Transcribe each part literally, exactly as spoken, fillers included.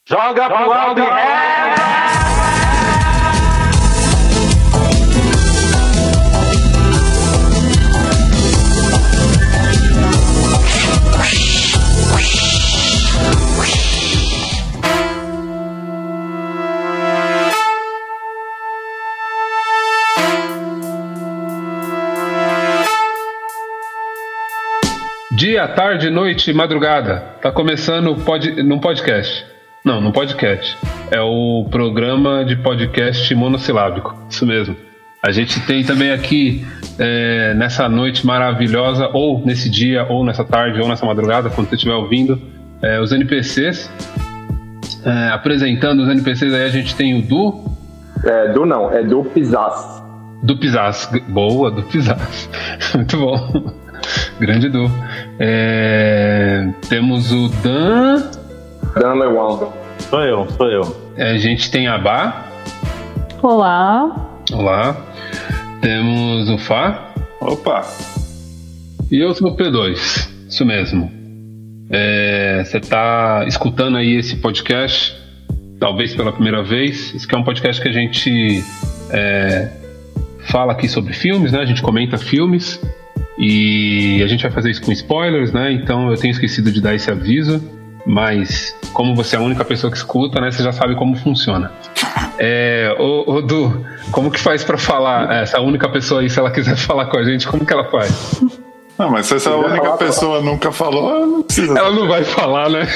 Joga pro alto e Dia, tarde, noite, madrugada. Tá começando pod... num podcast. Não, num podcast. É o programa de podcast monossilábico. Isso mesmo. A gente tem também aqui, é, nessa noite maravilhosa, ou nesse dia, ou nessa tarde, ou nessa madrugada, quando você estiver ouvindo, é, os N P Cs. É, apresentando os N P Cs aí, a gente tem o Du. É, Du não, é Du Pizaz. Du Pizaz. Boa, Du Pizaz. Muito bom. Grande Du. É, temos o Dan. Dan Lewan. Sou eu, sou eu. É, a gente tem a Bá. Olá. Olá. Temos o Fá. Opa. E eu sou o P dois. Isso mesmo. É, você está escutando aí esse podcast, talvez pela primeira vez. Esse aqui é um podcast que a gente é, fala aqui sobre filmes, né? A gente comenta filmes. E a gente vai fazer isso com spoilers, né? Então eu tenho esquecido de dar esse aviso, mas como você é a única pessoa que escuta, né? Você já sabe como funciona. É, ô, ô Du, como que faz pra falar? Essa única pessoa aí, se ela quiser falar com a gente, como que ela faz? Não, mas se essa única pessoa nunca falou, não precisa. Ela não vai falar, né?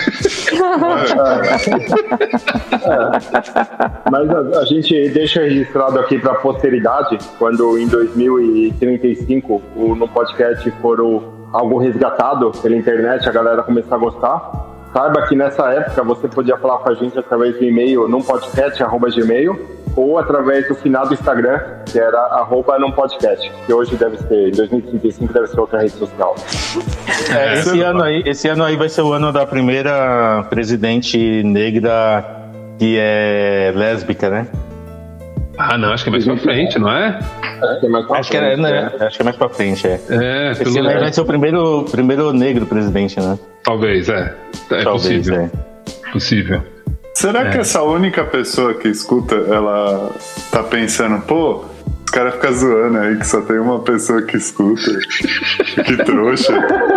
É. Mas a, a gente deixa registrado aqui para a posteridade, quando em dois mil e trinta e cinco o No Podcast for o, algo resgatado pela internet, a galera começar a gostar. Saiba que nessa época você podia falar com a gente através do e-mail numpodcast arroba gmail ou através do final do Instagram, que era arroba numpodcast, que hoje deve ser, em dois mil e trinta e cinco deve ser outra rede social. É, esse, ano aí, esse ano aí vai ser o ano da primeira presidente negra que é lésbica, né? Ah, não, acho que é mais pra frente, não é? Acho que é mais pra acho frente, que é, né? é. Acho que é mais pra frente, é. É, esse pelo... ano aí vai ser o primeiro, primeiro negro presidente, né? Talvez, é. É Talvez, possível. É. Possível. Será É. que essa única pessoa que escuta, ela tá pensando, pô, os caras ficam zoando aí que só tem uma pessoa que escuta. Que trouxa.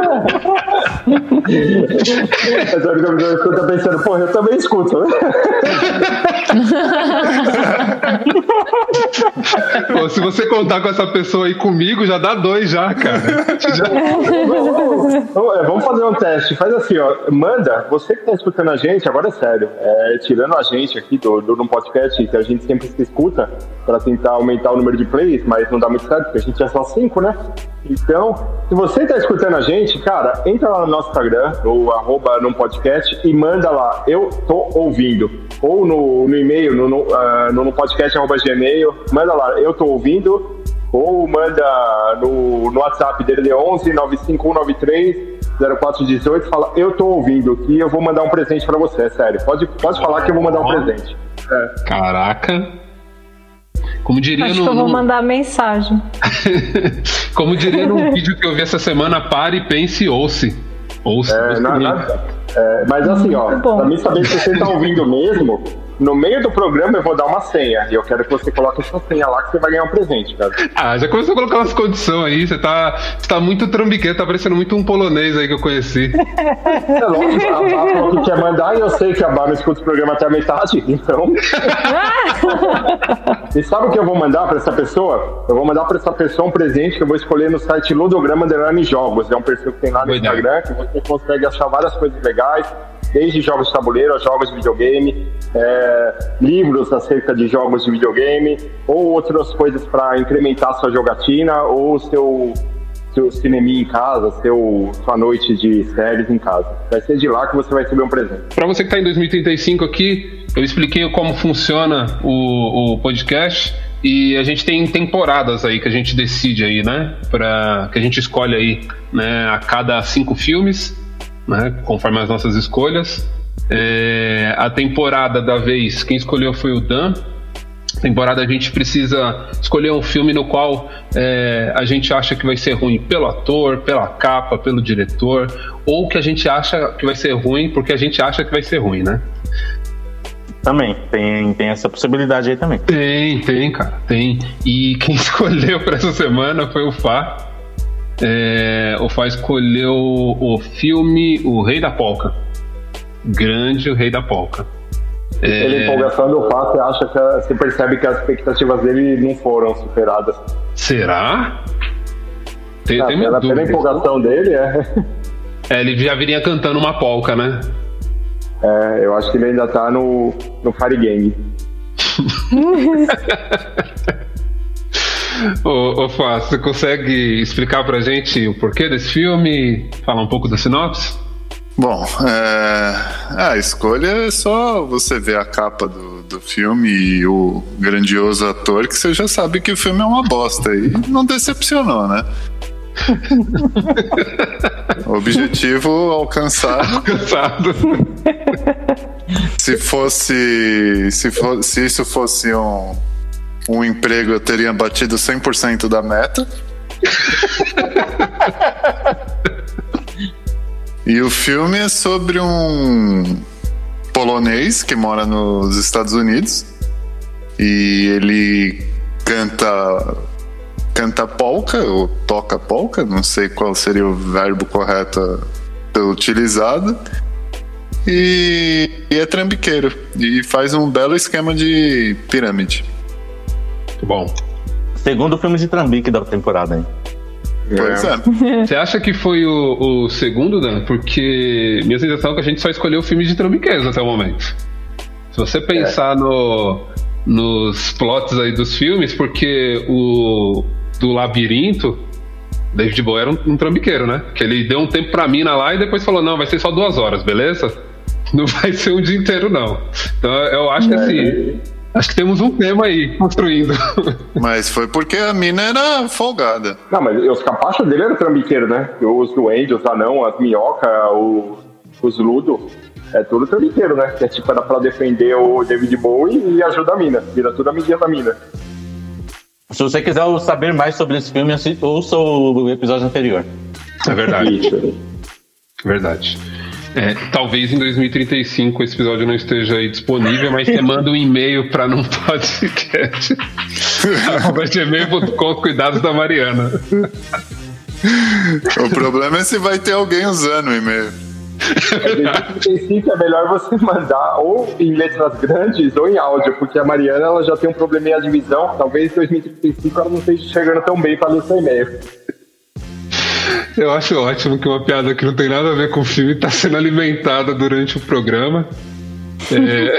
Essa única pessoa que escuta pensando, pô, eu também escuto, né? Pô, se você contar com essa pessoa aí comigo, já dá dois já, cara. Já... Vamos fazer um teste. Faz assim, ó. Manda, você que tá escutando a gente, agora é sério, é, tirando a gente aqui do, do, do podcast, que a gente sempre se escuta pra tentar aumentar o número de plays, mas não dá muito certo, porque a gente é só cinco, né? Então, se você tá escutando a gente, cara, entra lá no nosso Instagram, no arroba numpodcast, e manda lá, eu tô ouvindo. Ou no, no e-mail, no, no, uh, no, no podcast arroba gmail, manda lá, eu tô ouvindo, ou manda no, no WhatsApp dele, onze nove cinco um nove três zero quatro um oito, fala, eu tô ouvindo, que eu vou mandar um presente pra você, é sério. Pode, pode falar que eu vou mandar um presente. É. Caraca. Como diria Acho no, que eu vou no... mandar mensagem. Como diria num vídeo que eu vi essa semana, pare, pense e ouça. Ouça. É, na, na, é, mas assim, ó, pra mim saber se você tá ouvindo mesmo, no meio do programa eu vou dar uma senha. E eu quero que você coloque essa senha lá que você vai ganhar um presente, cara. Ah, já começou a colocar umas condições aí. Você tá, você tá muito trambiqueto, tá parecendo muito um polonês aí que eu conheci. É lógico, a Bá falou que quer mandar e eu sei que a Bá não escuta o programa até a metade, então. E sabe o que eu vou mandar pra essa pessoa? Eu vou mandar pra essa pessoa um presente que eu vou escolher no site Ludograma Underline Jogos. É um perfil que tem lá no Boa Instagram, que você consegue achar várias coisas legais, desde jogos de tabuleiro a jogos de videogame, é, livros acerca de jogos de videogame, ou outras coisas para incrementar sua jogatina, ou seu, seu cineminha em casa, seu, sua noite de séries em casa. Vai ser de lá que você vai receber um presente. Para você que está em dois mil e trinta e cinco aqui, eu expliquei como funciona o, o podcast. E a gente tem temporadas aí que a gente decide aí, né? Pra, que a gente escolhe aí, né? A cada cinco filmes, né? Conforme as nossas escolhas. É, a temporada da vez, quem escolheu foi o Dan. Temporada a gente precisa escolher um filme no qual é, a gente acha que vai ser ruim pelo ator, pela capa, pelo diretor, ou que a gente acha que vai ser ruim porque a gente acha que vai ser ruim, né? Também, tem, tem essa possibilidade aí também. Tem, tem, cara, tem. E quem escolheu pra essa semana foi o Fá. É, o Fá escolheu o filme O Rei da Polca. Grande O Rei da Polca. É... Pela empolgação do Fá, você acha que você percebe que as expectativas dele não foram superadas. Será? Tem, ah, tem pela, pela empolgação dele, é. É, ele já viria cantando uma polca, né? É, eu acho que ele ainda tá no, no Fire Gang. Ô, ô Fá, você consegue explicar pra gente o porquê desse filme? Falar um pouco da sinopse? Bom, é... a escolha é só você ver a capa do, do filme e o grandioso ator, que você já sabe que o filme é uma bosta. E não decepcionou, né? Objetivo alcançado. Alcançado. Se fosse. Se, for, se isso fosse um, um emprego, eu teria batido cem por cento da meta. E o filme é sobre um polonês que mora nos Estados Unidos. E ele canta. Canta polca, ou toca polca, não sei qual seria o verbo correto a ser utilizado. E, e é trambiqueiro. E faz um belo esquema de pirâmide. Muito bom. Segundo filme de trambique da temporada, hein? Pois é. Você acha que foi o, o segundo, Dan? Porque minha sensação é que a gente só escolheu filme de trambiqueiros até o momento. Se você pensar é. no, nos plots aí dos filmes, porque o do Labirinto, David Bowie era um, um trambiqueiro, né? Que ele deu um tempo pra mina lá e depois falou, não, vai ser só duas horas, beleza? Não vai ser um dia inteiro, não. Então eu acho que assim, acho que temos um tema aí construindo. Mas foi porque a mina era folgada. Não, mas os capachos dele eram trambiqueiros, né? Os duendes, os anão, as minhocas, os, os ludo, é tudo trambiqueiro, né? Que é tipo, era pra defender o David Bowie e ajuda a mina, vira tudo a amiguinha da mina. Se você quiser saber mais sobre esse filme, ouça o episódio anterior. É verdade. Verdade. É, talvez em dois mil e trinta e cinco esse episódio não esteja aí disponível, mas você manda um e-mail para não podcast. gmail ponto com, cuidados da Mariana. O problema é se vai ter alguém usando o e-mail. Em dois mil e trinta e cinco é melhor você mandar ou em letras grandes ou em áudio, porque a Mariana ela já tem um probleminha de visão. Talvez em dois mil e trinta e cinco ela não esteja chegando tão bem para ler seu e-mail. Eu acho ótimo que uma piada que não tem nada a ver com o filme está sendo alimentada durante o programa. É...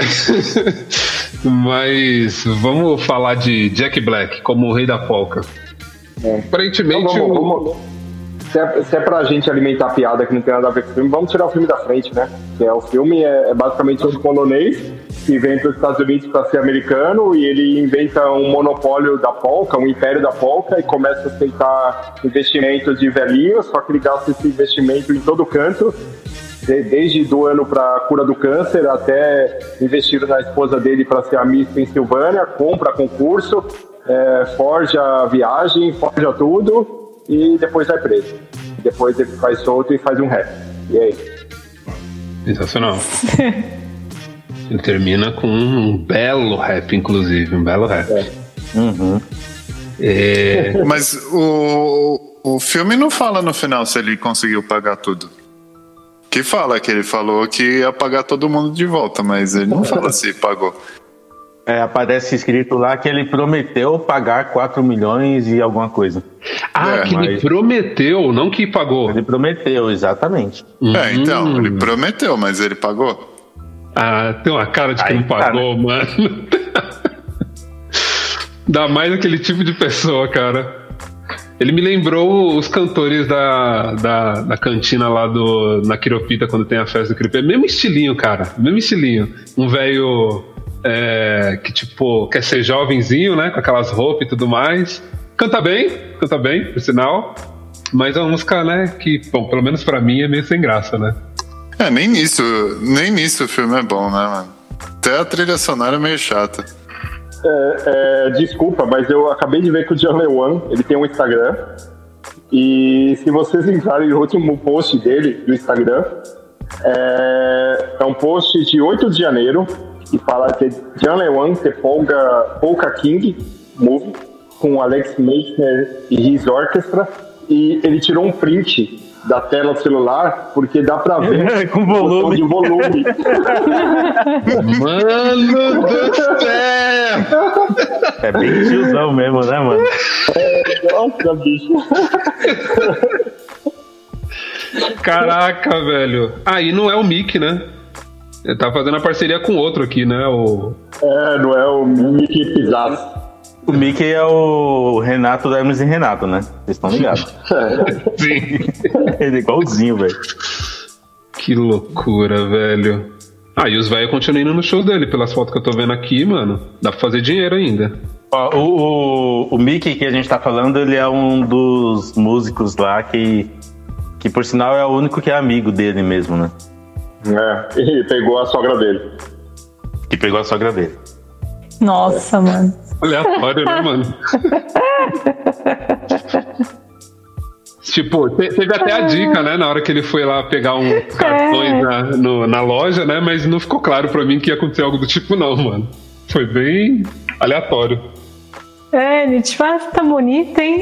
Mas vamos falar de Jack Black como o Rei da Polca. É. Aparentemente então, vamos, o... vamos... Se é, se é pra gente alimentar piada que não tem nada a ver com o filme, vamos tirar o filme da frente, né? Que é, o filme é, é basicamente um polonês que vem para os Estados Unidos para ser americano e ele inventa um monopólio da polca, um império da polca e começa a aceitar investimentos de velhinhos, só que ele gasta esse investimento em todo canto, desde doando para a cura do câncer até investir na esposa dele para ser a Miss Pensilvânia, compra concurso, é, forja a viagem, forja tudo. E depois vai preso. Depois ele faz solto e faz um rap. E aí? Sensacional. Ele termina com um belo rap, inclusive. Um belo rap. É. Uhum. É... Mas o, o filme não fala no final se ele conseguiu pagar tudo. Que fala que ele falou que ia pagar todo mundo de volta, mas ele não fala se pagou. É, aparece escrito lá que ele prometeu pagar quatro milhões e alguma coisa. Ah, é, que mas... ele prometeu, não que pagou. Ele prometeu, exatamente. Hum. É, então, ele prometeu, mas ele pagou. Ah, tem uma cara de que Aí, não pagou, cara. Mano. Dá mais aquele tipo de pessoa, cara. Ele me lembrou os cantores da, da, da cantina lá do, na Quiropita, quando tem a festa do Quiropita. Mesmo estilinho, cara. Mesmo estilinho. Um velho... É, que tipo, quer ser jovenzinho, né? Com aquelas roupas e tudo mais. Canta bem, canta bem, por sinal. Mas é uma música, né? Que, bom, pelo menos pra mim é meio sem graça, né? É, nem nisso, nem nisso o filme é bom, né, mano? Até a trilha sonora é meio chata. É, é, desculpa, mas eu acabei de ver que o Jean Lewan, ele tem um Instagram. E se vocês entrarem no último post dele, do Instagram, é, é um post de oito de janeiro. que fala que é Jan Lewan, The Polka, Polka King Movie, com Alex Meissner e His Orchestra, e ele tirou um print da tela do celular, porque dá pra ver com volume. De volume. Mano do céu! É bem tiozão mesmo, né, mano? É, nossa, bicho. Caraca, velho. Ah, e não é o Mickey, né? Ele tá fazendo a parceria com outro aqui, né? O... É, não é o Mickey Pizzazz. O Mickey é o Renato da Hermes e Renato, né? Vocês estão ligados? Sim. Ele é igualzinho, velho. Que loucura, velho. Ah, e os velhos continuam indo no show dele, pelas fotos que eu tô vendo aqui, mano. Dá pra fazer dinheiro ainda. Ó, o, o, o Mickey que a gente tá falando, ele é um dos músicos lá que, que, por sinal, é o único que é amigo dele mesmo, né? É, e pegou a sogra dele. Que pegou a sogra dele. Nossa, mano. Aleatório, né, mano? Tipo, te- teve até a dica, né? Na hora que ele foi lá pegar uns cartões É. na, no- na loja, né? Mas não ficou claro pra mim que ia acontecer algo do tipo, não, mano. Foi bem aleatório. É, ele tipo, ah, você tá bonita, hein?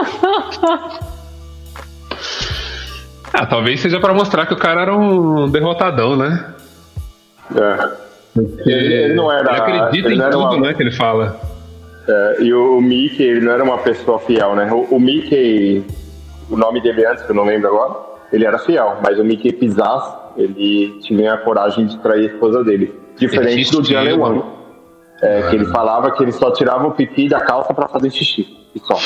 Ah, talvez seja pra mostrar que o cara era um derrotadão, né? É. Ele, ele não era. Ele acredita ele em não era tudo, uma, né? Que ele fala. é, e o, o Mickey, ele não era uma pessoa fiel, né? O, o Mickey, o nome dele antes, que eu não lembro agora, ele era fiel, mas o Mickey Pizzazz, ele tinha a coragem de trair a esposa dele. Diferente do Jan Lewan, é, que ele falava que ele só tirava o pipi da calça pra fazer xixi. E só.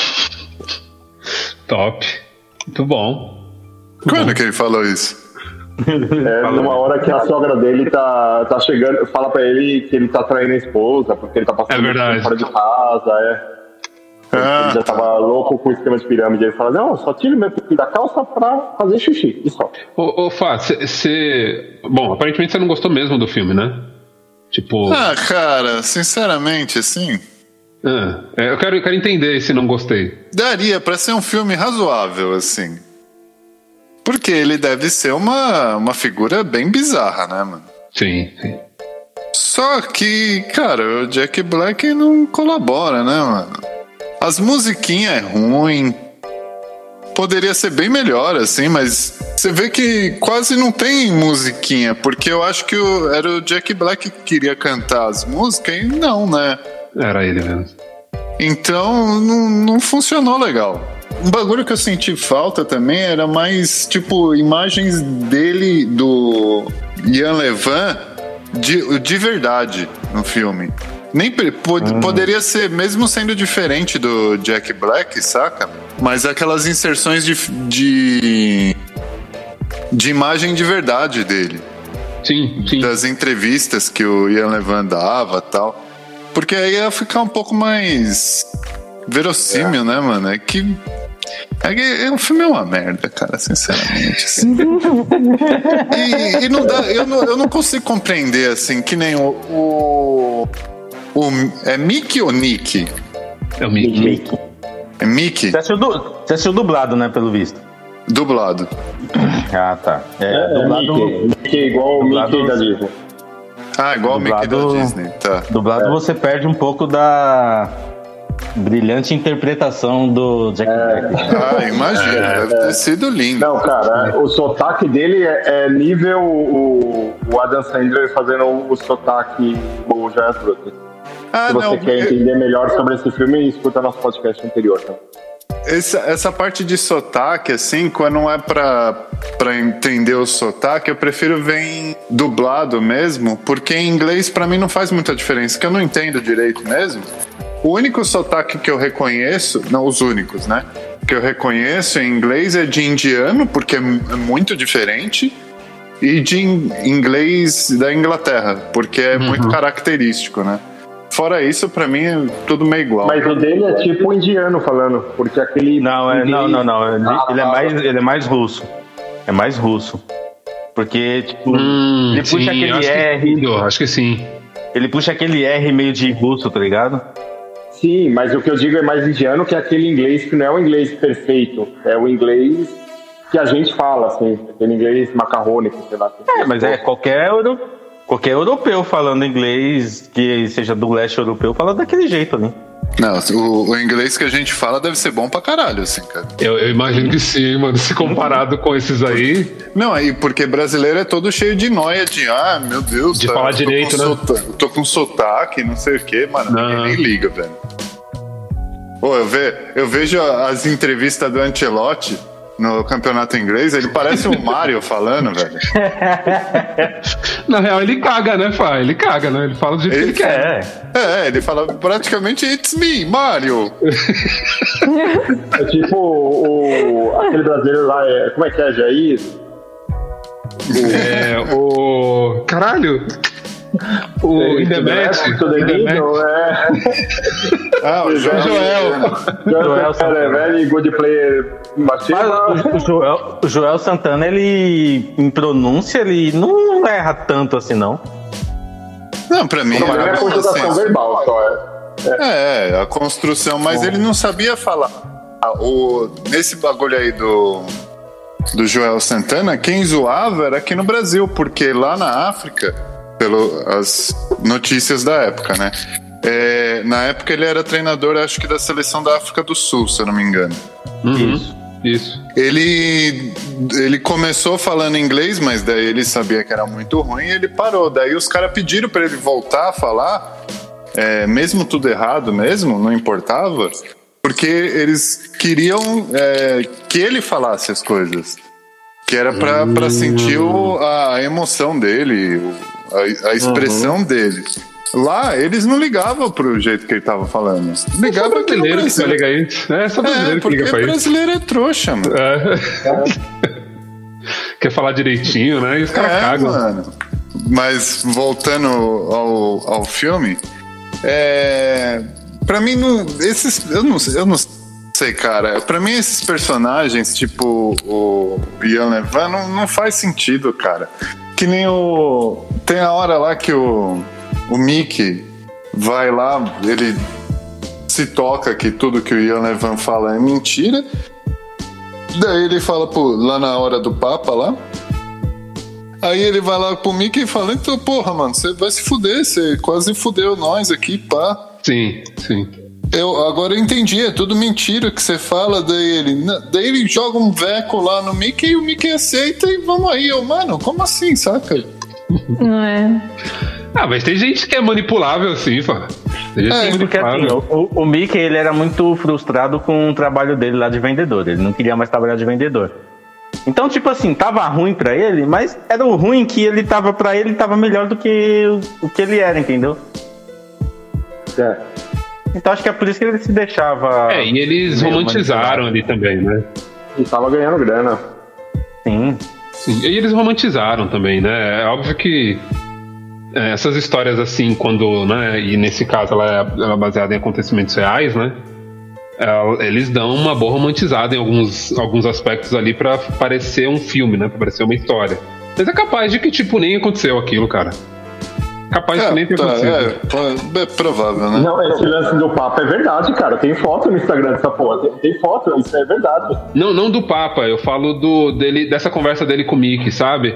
Top. Muito bom. Quando que ele falou isso? É, numa hora que a sogra dele tá, tá chegando, fala pra ele que ele tá traindo a esposa, porque ele tá passando É verdade. tempo fora de casa, é. Ah, Ele já tava louco com o esquema de pirâmide. Ele fala, não, só tira meu pipi da calça pra fazer xixi, e só. Ô, ô Fá, você. Bom, aparentemente você não gostou mesmo do filme, né? Tipo. ah, cara, sinceramente, assim, ah, é, eu, quero, eu quero entender se não gostei. daria pra ser um filme razoável, assim. Porque ele deve ser uma, uma figura bem bizarra, né, mano? Sim, sim. Só que, cara, o Jack Black não colabora, né, mano? As musiquinhas é ruim. Poderia ser bem melhor, assim, mas você vê que quase não tem musiquinha, porque eu acho que o, era o Jack Black que queria cantar as músicas e não, né? Era ele mesmo. Então não, não funcionou legal. Um bagulho que eu senti falta também era mais, tipo, imagens dele, do Jan Lewan, de, de verdade no filme. Nem pod- Hum. Poderia ser, mesmo sendo diferente do Jack Black, saca? Mas aquelas inserções de, de, de imagem de verdade dele. Sim, sim. Das entrevistas que o Jan Lewan dava e tal. Porque aí ia ficar um pouco mais verossímil, né, mano? É que. É que é, o filme é uma merda, cara, sinceramente. Assim. e e não dá, eu, não, eu não consigo compreender, assim, que nem o. o, o é Mickey ou Nick? É o Mickey. Mickey. É Mickey? Você assistiu, du... Você assistiu dublado, né, pelo visto? Dublado. Ah, tá. É, É, dublado, Mickey. Mickey igual o dublado- Mickey da Disney. Ah, igual o Mickey da Dublado- Disney, tá. dublado você perde um pouco da brilhante interpretação do Jack Black. Ah, imagina, deve ter sido lindo. Não, cara, o sotaque dele é, é nível o, o Adam Sandler fazendo o, o sotaque o Joias Brutas. Ah, Se você não, quer eu- entender melhor sobre esse filme, escuta nosso podcast anterior. Tá? Essa, essa parte de sotaque, assim, quando não é pra, pra entender o sotaque, eu prefiro ver em dublado mesmo, porque em inglês pra mim não faz muita diferença, que eu não entendo direito mesmo. O único sotaque que eu reconheço, não os únicos, né? Que eu reconheço em inglês é de indiano, porque é mu- é muito diferente, e de in- inglês da Inglaterra, porque é muito característico, né? Fora isso, pra mim é tudo meio igual. Mas o dele é tipo indiano falando, porque aquele. Não, é, não, não, não. Ele, Ah, ele é tá. mais, ele é mais russo. É mais russo. Porque, tipo, Hum, ele puxa sim, aquele acho que R. sim, acho que sim. Ele puxa aquele R meio de russo, tá ligado? Sim, mas o que eu digo é mais indiano que aquele inglês que não é o inglês perfeito, é o inglês que a gente fala, assim, aquele inglês macarrônico, sei lá. É, mas é qualquer, euro- qualquer europeu falando inglês, que seja do leste europeu, fala daquele jeito ali. Não, o, o inglês que a gente fala deve ser bom pra caralho, assim, cara. Eu, eu imagino que sim, mano. Se comparado com esses aí. Não, aí porque brasileiro é todo cheio de noia, de ah, meu Deus, de tá, falar direito, né? Sota, eu tô com sotaque, não sei o que, mano. Não. Ninguém nem liga, velho. Pô, eu, ve, eu vejo as entrevistas do Ancelotti no campeonato inglês, ele parece o Mario falando, velho. Na real, ele caga, né, Fá? Ele caga, né? Ele fala do jeito Ele que ele quer. É, ele fala praticamente It's me, Mario. É tipo o, aquele brasileiro lá, é, como é que é, Jair? É, o... Caralho! O Indemete. É. Ah, o Joel. Joel. Joel Santana, very good player. Mas o, o, Joel, o Joel Santana, ele em pronúncia, ele não erra tanto assim, não. Não, pra mim Não, era é a conjugação assim, verbal só. É. É, a construção, mas ele não sabia falar. Ah, o, nesse bagulho aí do, do Joel Santana, quem zoava era aqui no Brasil, porque lá na África, pelas notícias da época, né? É, na época ele era treinador, acho que da seleção da África do Sul, se eu não me engano. Uhum. Isso. Isso. Ele, ele começou falando inglês, mas daí ele sabia que era muito ruim e ele parou. Daí os caras pediram pra ele voltar a falar, é, mesmo tudo errado mesmo, não importava, porque eles queriam é, que ele falasse as coisas. Que era pra, Uhum. pra sentir o, a emoção dele, o, a, a expressão uhum. dele. Lá, eles não ligavam pro jeito que ele tava falando. Ligava é brasileiro que liga isso. É só brasileiro é, que liga pra isso. brasileiro é trouxa, mano. É. Quer falar direitinho, né? E os caras é, cagam. Mano. Mas voltando ao, ao filme, é, pra mim, não, esses, eu, não, eu não sei, cara. Pra mim, esses personagens, tipo o Ian Levan, não, não faz sentido, cara. Que nem o... Tem a hora lá que o... O Mickey vai lá, ele se toca que tudo que o Ian Levan fala é mentira. Daí ele fala pro, lá na hora do Papa lá. Aí ele vai lá pro Mickey e fala: então, porra, mano, você vai se fuder, você quase fudeu nós aqui, pá. Sim, sim. Eu, agora eu entendi, é tudo mentira que você fala. Daí ele, daí ele joga um veco lá no Mickey e o Mickey aceita e vamos aí. Eu, mano, como assim, saca? Não é. Ah, mas tem gente que é manipulável assim, pô. É, porque assim, o, o Mickey, ele era muito frustrado com o trabalho dele lá de vendedor. Ele não queria mais trabalhar de vendedor. Então, tipo assim, tava ruim pra ele, mas era o ruim que ele tava pra ele, tava melhor do que o, o que ele era, entendeu? É. Então acho que é por isso que ele se deixava... É, e eles romantizaram ali também, né? E tava ganhando grana. Sim. Sim. E eles romantizaram também, né? É óbvio que é, essas histórias assim, quando, né, e nesse caso ela é, ela é baseada em acontecimentos reais, né, ela, eles dão uma boa romantizada em alguns, alguns aspectos ali pra parecer um filme, né, pra parecer uma história. Mas é capaz de que, tipo, nem aconteceu aquilo, cara. Capaz é, de que nem ter tá, acontecido. É, é provável, né? Não, esse lance do Papa é verdade, cara. Tem foto no Instagram dessa porra. Tem, tem foto, isso é verdade. Não, não do Papa, eu falo do, dele, dessa conversa dele com o Mickey, sabe?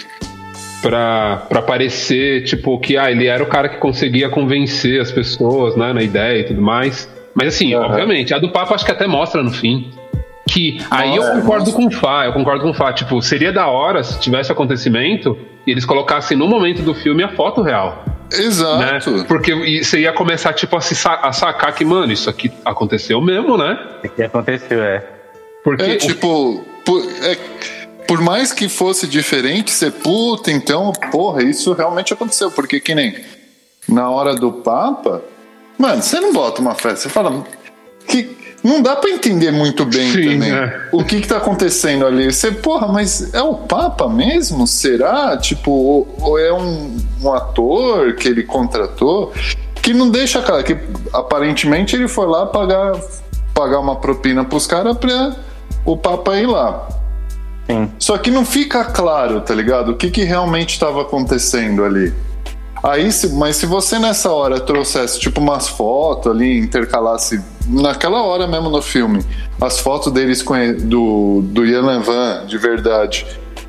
Pra, pra parecer, tipo, que ah, ele era o cara que conseguia convencer as pessoas, né, na ideia e tudo mais. Mas assim, uhum. obviamente, a do Papa acho que até mostra no fim. Que aí Nossa, eu concordo com o Fá, eu concordo com o Fá. Tipo, seria da hora se tivesse acontecimento e eles colocassem no momento do filme a foto real. Exato. Né? Porque você ia começar, tipo, a, se sa- a sacar que, mano, isso aqui aconteceu mesmo, né? Isso aqui aconteceu, é. Porque é, tipo, por, é, por mais que fosse diferente, você, puta, então, porra, isso realmente aconteceu. Porque que nem na hora do Papa, mano, você não bota uma festa, você fala que não dá pra entender muito bem Sim, também é. o que que tá acontecendo ali. Você, porra, mas é o Papa mesmo? Será? Tipo, ou, ou é um, um ator que ele contratou? Que não deixa, cara, que aparentemente ele foi lá pagar, pagar uma propina pros caras pra o Papa ir lá. Sim. Só que não fica claro, tá ligado? O que que realmente estava acontecendo ali. Aí, se, mas se você nessa hora trouxesse tipo umas fotos ali, intercalasse naquela hora mesmo no filme, as fotos deles com, do, do Ian Levan, de verdade,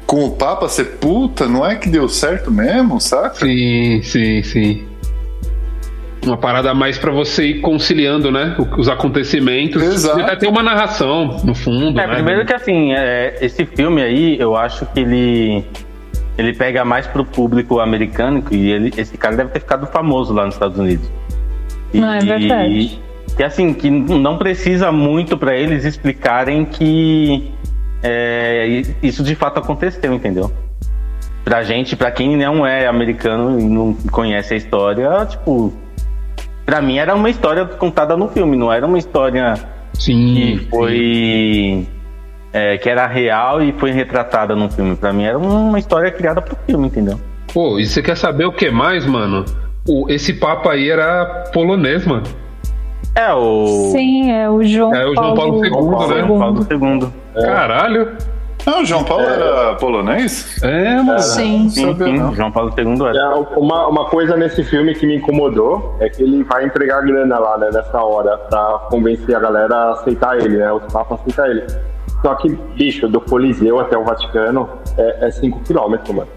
com o Papa, você, puta, não é que deu certo mesmo, saca? Sim, sim, sim. Uma parada a mais pra você ir conciliando, né? Os acontecimentos. Exato. E até tem uma narração, no fundo, É, né? primeiro que assim, é, esse filme aí, eu acho que ele ele pega mais pro público americano, e ele, esse cara deve ter ficado famoso lá nos Estados Unidos. E, Não, é verdade. E assim, que não precisa muito pra eles explicarem que é, isso de fato aconteceu, entendeu? Pra gente, pra quem não é americano e não conhece a história, tipo, pra mim era uma história contada no filme, não era uma história Sim, que foi é, que era real e foi retratada no filme. Pra mim era uma história criada pro filme, entendeu? Pô, e você quer saber o que mais, mano? O, esse Papa aí era polonês, mano. É o Sim, é o João É o João Paulo segundo, né? João Paulo segundo. Caralho. Não, o João Paulo era polonês? É, mano. Sim. Sim, Sabia sim, não. João Paulo segundo era. É, uma, uma coisa nesse filme que me incomodou é que ele vai entregar grana lá, né, nessa hora, pra convencer a galera a aceitar ele, né? Os papas aceitar ele. Só que, bicho, do Coliseu até o Vaticano é cinco quilômetros, mano.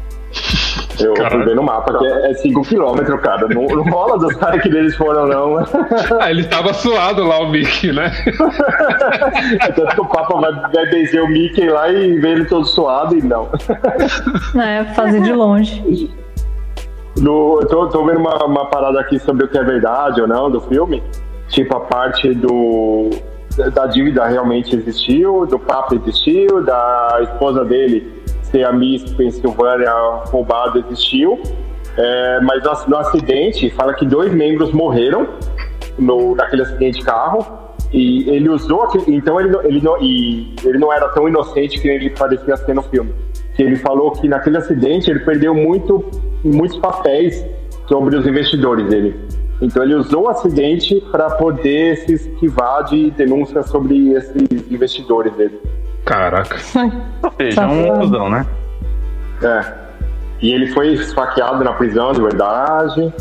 Eu Caralho. fui ver no mapa que é cinco quilômetros, cara. Não, não rola dos caras que eles foram, não. Ah, ele tava suado lá, o Mickey, né? Tanto que o Papa vai, vai benzer o Mickey lá e ver ele todo suado e não. É, fazer de longe. No, eu tô, tô vendo uma, uma parada aqui sobre o que é verdade ou não do filme. Tipo, a parte do da dívida realmente existiu, do Papa existiu, da esposa dele ser a Miss Pensilvânia roubada existiu. É, mas no, no acidente, fala que dois membros morreram no, naquele acidente de carro. E ele usou aquele, então ele, ele, não, e ele não era tão inocente que ele parecia ser no filme. Que ele falou que naquele acidente ele perdeu muito, muitos papéis sobre os investidores dele. Então ele usou o acidente para poder se esquivar de denúncias sobre esses investidores dele. Caraca. Ou seja, é um cuzão, né? É. E ele foi esfaqueado na prisão de verdade.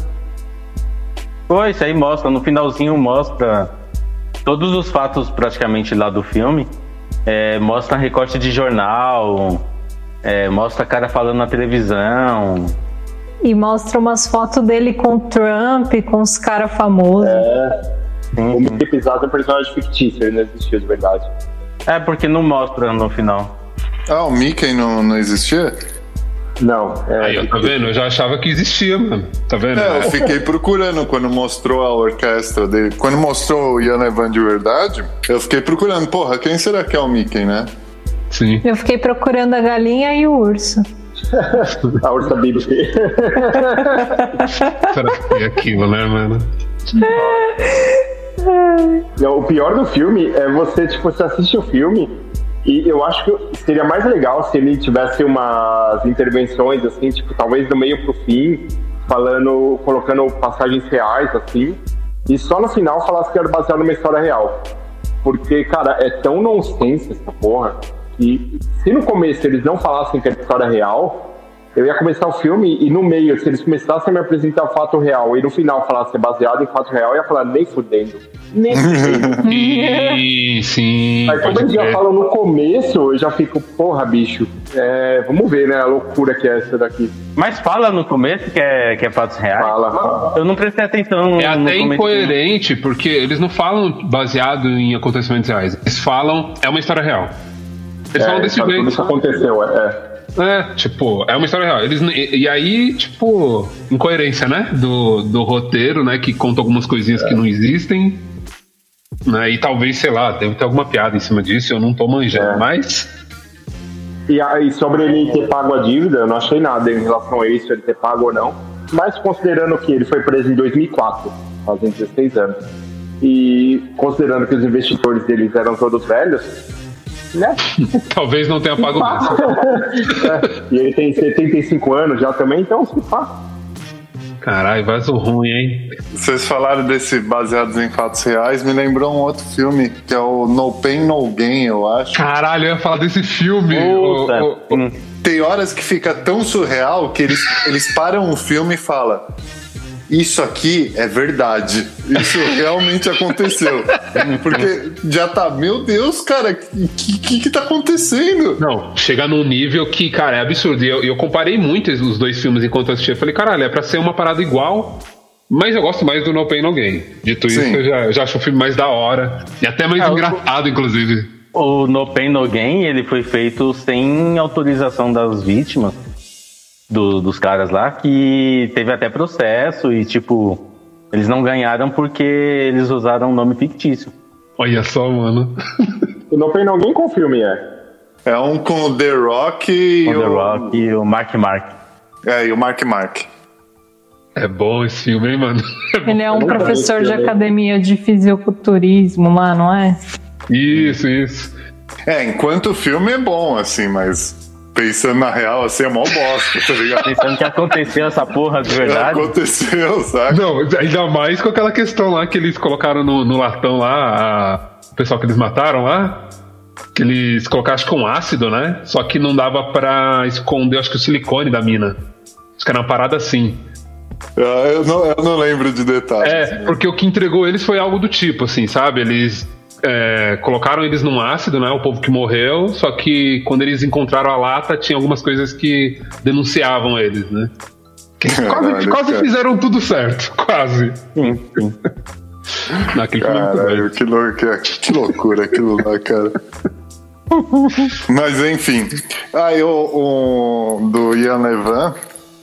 Pô, isso aí mostra, no finalzinho mostra todos os fatos praticamente lá do filme. É, mostra recorte de jornal, é, mostra cara falando na televisão. E mostra umas fotos dele com o Trump, com os caras famosos. É. O Mickey Pizzazz é um personagem fictício, ele não existiu de verdade. É, porque não mostra no final. Ah, o Mickey não, não existia? Não. É, Aí, ó, tá vendo? Eu já achava que existia, mano. Tá vendo? É, eu fiquei procurando quando mostrou a orquestra dele. Quando mostrou o Ian Evan de verdade, eu fiquei procurando, porra, quem será que é o Mickey, né? Sim. Eu fiquei procurando a galinha e o urso. a ursa bíblica. Será que é aquilo, né, mano? O pior do filme é você, tipo, você assiste o filme e eu acho que seria mais legal se ele tivesse umas intervenções, assim, tipo, talvez do meio pro fim, falando, colocando passagens reais, assim, e só no final falasse que era baseado numa história real. Porque, cara, é tão nonsense essa porra que se no começo eles não falassem que era história real, eu ia começar o filme e no meio, se eles começassem a me apresentar o fato real e no final falassem baseado em fato real, eu ia falar, nem fudendo. Nem fudendo. Sim, sim. Mas como pode eles já crer. falam no começo, eu já fico, porra, bicho, é, vamos ver, né, a loucura que é essa daqui. Mas fala no começo que é, que é fatos reais. Fala, fala. Eu não prestei atenção É no até começo. incoerente, porque eles não falam baseado em acontecimentos reais. Eles falam, é uma história real. Eles É, falam desse sabe, jeito. tudo isso aconteceu, é. É, tipo, é uma história real. Eles, e, e aí, tipo, incoerência, né? Do, do roteiro, né? Que conta algumas coisinhas é. que não existem. Né, e talvez, sei lá, deve ter alguma piada em cima disso, eu não tô manjando, É. mas. E aí, sobre ele ter pago a dívida, eu não achei nada em relação a isso, ele ter pago ou não. Mas considerando que ele foi preso em dois mil e quatro, fazem dezesseis anos, e considerando que os investidores deles eram todos velhos, né? Talvez não tenha pago mesmo. É, e ele tem setenta e cinco anos já também, então se pá. Caralho, vaso ruim, hein? Vocês falaram desse baseados em fatos reais, me lembrou um outro filme, que é o No Pain No Gain, eu acho. Caralho, eu ia falar desse filme. Puta. O- o- o- Tem horas que fica tão surreal que eles, eles param o filme e falam: isso aqui é verdade. Isso realmente aconteceu. Porque já tá, meu Deus, cara, o que, que que tá acontecendo? Não, chega num nível que, cara, é absurdo. E eu, eu comparei muito os dois filmes enquanto eu assistia. Eu falei, caralho, é pra ser uma parada igual, mas eu gosto mais do No Pain No Gain. Dito Sim. isso, eu já, eu já acho o filme mais da hora. E até mais Ah, engraçado, inclusive. O No Pain No Gain, ele foi feito sem autorização das vítimas, do, dos caras lá, que teve até processo e, tipo, eles não ganharam porque eles usaram um nome fictício. Olha só, mano. O No Pain No Gain qual filme é? É um com o The Rock e O The o... Rock e o Mark Mark. É, e o Mark Mark. É bom esse filme, hein, mano? Ele é um nunca vi professor esse de filme. academia de fisiculturismo lá, não é? Isso, isso. É, enquanto o filme é bom, assim, mas pensando na real, assim, é mó bosta, tá ligado? Pensando que aconteceu essa porra de verdade. Aconteceu, sabe? Não, ainda mais com aquela questão lá que eles colocaram no, no latão lá, a- o pessoal que eles mataram lá, que eles colocaram acho que um ácido, né? Só que não dava pra esconder, acho que o silicone da mina. Acho que era uma parada assim. Ah, Eu não, eu não lembro de detalhes. É, porque o que entregou eles foi algo do tipo, assim, sabe? Eles é, colocaram eles num ácido, né? O povo que morreu, só que quando eles encontraram a lata, tinha algumas coisas que denunciavam eles, né? Que eles quase, Caralho, quase cara. fizeram tudo certo, quase. Sim, sim. Naquele filme é muito Caralho, doido. que, lou- que, que loucura aquilo lá, cara. Mas enfim. Aí o, o do Ian Levan,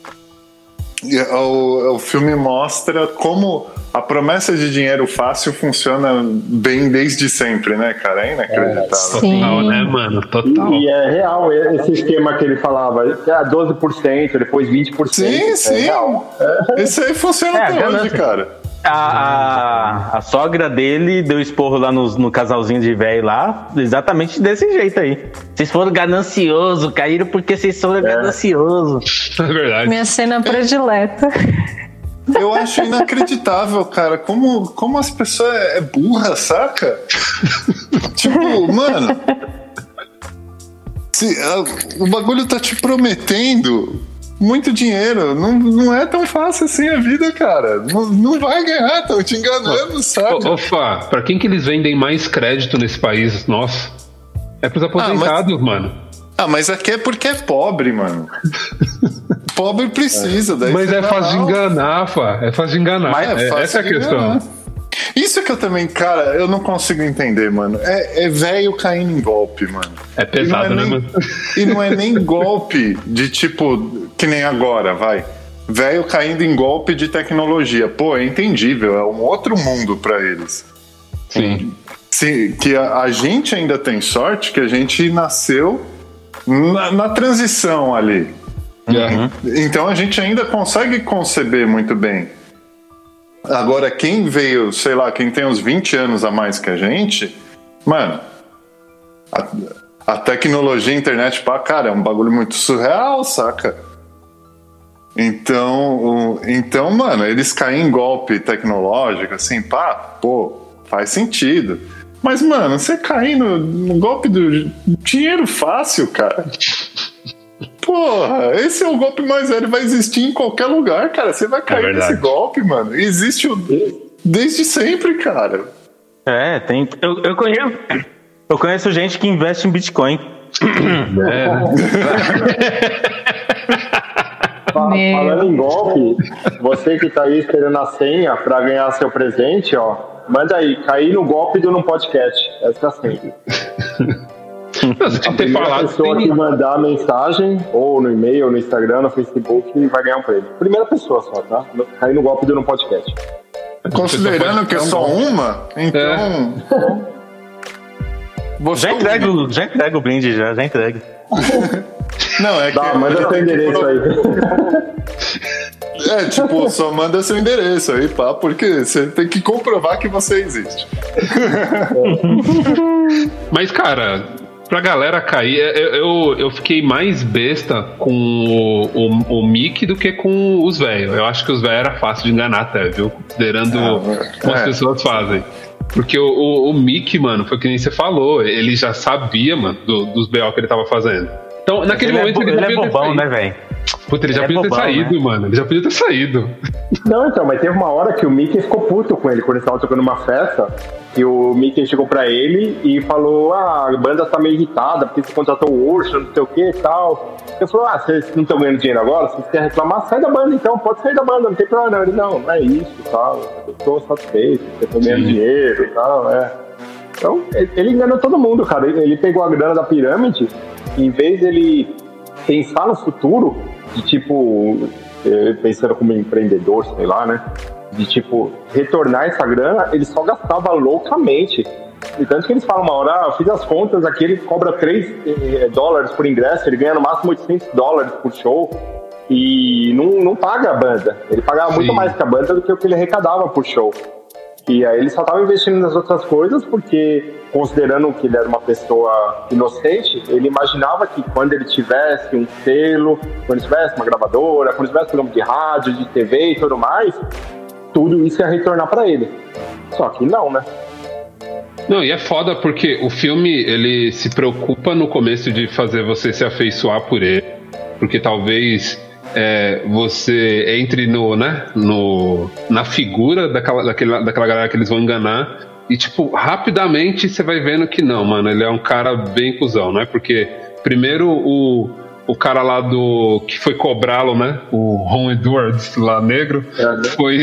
e o, o filme mostra como a promessa de dinheiro fácil funciona bem desde sempre, né, cara? É inacreditável. Sim. Total, né, mano? Total. E é real esse esquema que ele falava, é doze por cento, depois vinte por cento. Sim, É sim. real. Esse aí funciona É, até hoje, ganância. cara. A, a, a sogra dele deu esporro lá no, no casalzinho de velho lá, exatamente desse jeito aí. Vocês foram gananciosos, caíram porque vocês foram gananciosos. É verdade. Minha cena predileta. Eu acho inacreditável, cara, como, como as pessoas é burra, saca? Tipo, mano, se, ah, o bagulho tá te prometendo muito dinheiro, não, não é tão fácil assim a vida, cara. Não, não vai ganhar, tão te enganando, sabe? Ô, ô, Fá, pra quem que eles vendem mais crédito nesse país nosso? É pros aposentados, mano. Ah, mas aqui é porque é pobre, mano. Pobre precisa, daí Mas você é vai fácil de lá, enganar, Fá. É fácil de enganar. Mas é É- fácil essa é a de questão. enganar. Isso que eu também, cara, eu não consigo entender, mano. É, é velho caindo em golpe, mano. É pesado, E não né, é nem- mano? E não é nem golpe de tipo, que nem agora, vai. Velho caindo em golpe de tecnologia. Pô, é entendível, é um outro mundo pra eles. Sim. Sim, que a, a gente ainda tem sorte que a gente nasceu na, na transição ali. Então a gente ainda consegue conceber muito bem. Agora, quem veio, sei lá, quem tem uns vinte anos a mais que a gente, mano, a, a tecnologia, a internet, pá, cara, é um bagulho muito surreal, saca? Então, o- então, mano, eles caem em golpe tecnológico, assim, pá, pô, faz sentido. Mas, mano, você cair no, no golpe do dinheiro fácil, cara. Porra, esse é o golpe mais velho, vai existir em qualquer lugar, cara. Você vai cair verdade. nesse golpe, mano. Existe o, desde sempre, cara. É, tem. Eu, eu conheço. Eu conheço gente que investe em Bitcoin. Fa- Meu. Falando em golpe, você que tá aí esperando a senha pra ganhar seu presente, ó, manda aí, cair no golpe do Num Podcast. Essa é a senha. Não, você tinha A que ter primeira falado. pessoa tem- que mandar a mensagem, ou no e-mail, ou no Instagram, no Facebook, vai ganhar um prêmio. Primeira pessoa só, tá? No- Cair no golpe do Num Podcast. Considerando que é só uma, então. Você Já entrego, já entrego o brinde, já, já entrego. Não, é que. Tá, manda seu endereço aí. É, tipo, só manda seu endereço aí, pá, porque você tem que comprovar que você existe. Mas, cara, pra galera cair, eu, eu, eu fiquei mais besta com o, o, o Mickey do que com os velhos. Eu acho que os velhos era fácil de enganar até, viu? Considerando Ah, como as é. pessoas fazem. Porque o, o, o Mickey, mano, foi que nem você falou, ele já sabia, mano, do- dos B O que ele tava fazendo. Então, naquele Ele é, momento bo- ele, ele é devia ter bobão, saído. né, velho? Puta, ele já É podia ter bobão, saído, né? mano. Ele já podia ter saído. Não, então, mas teve uma hora que o Mickey ficou puto com ele quando eles estavam tocando uma festa. E o Mickey chegou pra ele e falou: ah, a banda tá meio irritada porque você contratou o Urso, não sei o que e tal. Ele falou: ah, vocês não estão ganhando dinheiro agora? Se vocês querem reclamar, sai da banda então, pode sair da banda, não tem problema não. Ele: não, não é isso e tal, eu tô satisfeito, eu tô ganhando Sim. dinheiro e tal, é. Então, ele, ele enganou todo mundo, cara. Ele, ele pegou a grana da pirâmide, e em vez dele pensar no futuro, de tipo, pensando como empreendedor, sei lá, né? De tipo, retornar essa grana, ele só gastava loucamente. E tanto que eles falam uma hora: ah, eu fiz as contas, aqui ele cobra três dólares por ingresso, ele ganha no máximo oitocentos dólares por show, e não, não paga a banda. Ele pagava Sim. muito mais que a banda do que o que ele arrecadava por show. E aí ele só estava investindo nas outras coisas porque, considerando que ele era uma pessoa inocente, ele imaginava que quando ele tivesse um selo, quando ele tivesse uma gravadora, quando ele tivesse programa de rádio, de T V e tudo mais, tudo isso ia retornar para ele. Só que não, né? Não, e é foda porque o filme, ele se preocupa no começo de fazer você se afeiçoar por ele, porque talvez é, você entre no, né, no, na figura daquela, daquela, daquela galera que eles vão enganar, e tipo, rapidamente você vai vendo que não, mano, ele é um cara bem cuzão, né? Porque primeiro o, o cara lá do que foi cobrá-lo, né? O Ron Edwards, lá negro, foi...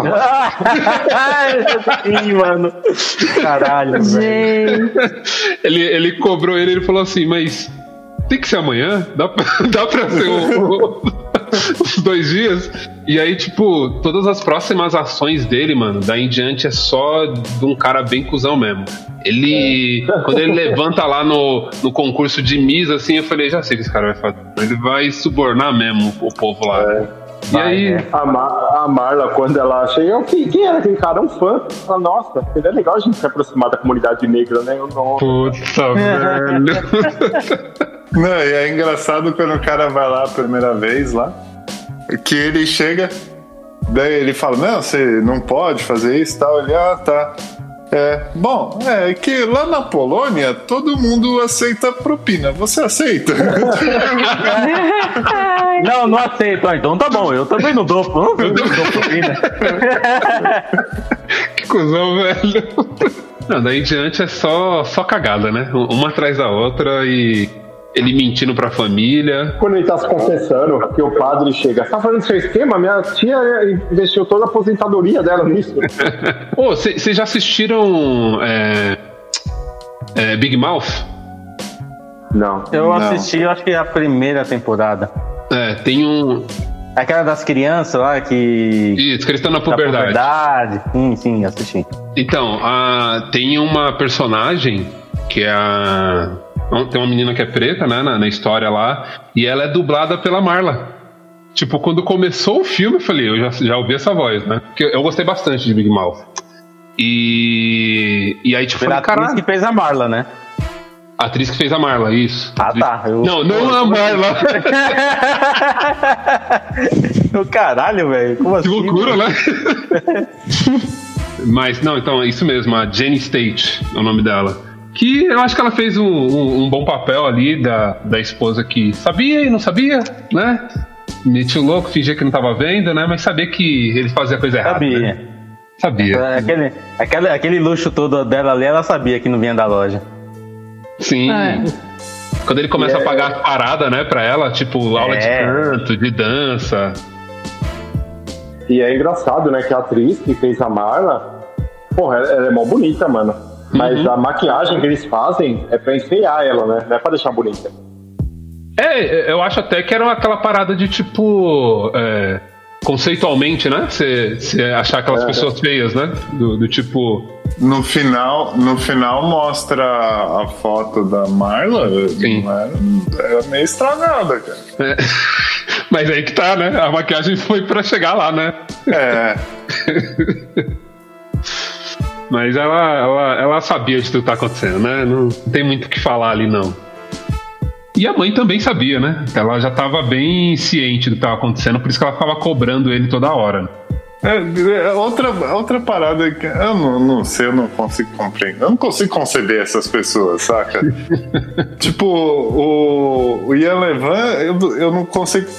Sim, mano. Caralho, velho. Gente, ele, ele cobrou ele, ele falou assim, mas tem que ser amanhã? Dá pra, dá pra ser o, o, os dois dias? E aí, tipo, todas as próximas ações dele, mano, daí em diante é só de um cara bem cuzão mesmo. Ele, é. Quando ele levanta lá no, no concurso de Miss, assim, eu falei, já sei o que esse cara vai fazer. Ele vai subornar mesmo o povo lá. É. E Vai, aí... É. A, Mar- a Marla, quando ela chega, quem, quem era aquele cara? Um fã. Ela, nossa, seria legal a gente se aproximar da comunidade negra, né? Eu, não... Puta, velho. Não, e é engraçado quando o cara vai lá a primeira vez lá, que ele chega, daí ele fala, não, você não pode fazer isso e tal. Ele, ah, tá. É, bom, é que lá na Polônia todo mundo aceita propina. Você aceita? Não, não aceito. Ah, então tá bom, eu também não dou, não, eu não dou propina. Que cuzão, velho. Não, daí em diante é só, só cagada, né? Uma atrás da outra e ele mentindo pra família. Quando ele tá se confessando, que o padre chega, você tá falando do seu esquema? Minha tia investiu toda a aposentadoria dela nisso. Pô, vocês já assistiram é, é, Big Mouth? Não. Eu Não. assisti, eu acho que a primeira temporada. É, tem um... Aquela das crianças lá que... Isso, que eles estão na da puberdade. puberdade. Sim, sim, assisti. Então, a, tem uma personagem que é a... Tem uma menina que é preta, né, na, na história lá, e ela é dublada pela Marla. Tipo, quando começou o filme, eu falei, eu já, já ouvi essa voz, né? Porque eu gostei bastante de Big Mouth. E, e aí, tipo, Foi a falei, atriz caralho. que fez a Marla, né? A atriz que fez a Marla, isso. Ah, Atriz... tá. Eu... Não, não a Marla. O caralho, velho. Como Que assim? loucura, né? Mas, não, então, é isso mesmo, a Jenny State é o nome dela. Que eu acho que ela fez um, um, um bom papel ali da, da esposa que sabia e não sabia, né? Metia o louco, fingia que não tava vendo, né? Mas sabia que ele fazia coisa errada. Sabia. Né? Sabia. Aquele, aquele, aquele luxo todo dela ali, ela sabia que não vinha da loja. Sim. É. Quando ele começa É. a pagar a parada, né, pra ela, tipo, aula de É. canto, de dança. E é engraçado, né, que a atriz que fez a Marla, porra, ela é mó bonita, mano. Mas Uhum. a maquiagem que eles fazem é pra enfeiar ela, né? Não é pra deixar bonita. É, eu acho até que era aquela parada de tipo. É, conceitualmente, né? Você achar aquelas É, pessoas feias, né? Do, do tipo. No final, no final mostra a foto da Marla. Sim. Não era, era meio estragada, cara. É, mas aí que tá, né? A maquiagem foi pra chegar lá, né? É. Mas ela, ela, ela sabia de tudo que tá acontecendo, né? Não tem muito o que falar ali, não. E a mãe também sabia, né? Ela já tava bem ciente do que tava acontecendo, por isso que ela ficava cobrando ele toda hora. É, é, outra, outra parada que eu não, não sei, eu não consigo compreender. Eu não consigo conceber essas pessoas, saca? Tipo, o, o Ian Levan, eu, eu não consigo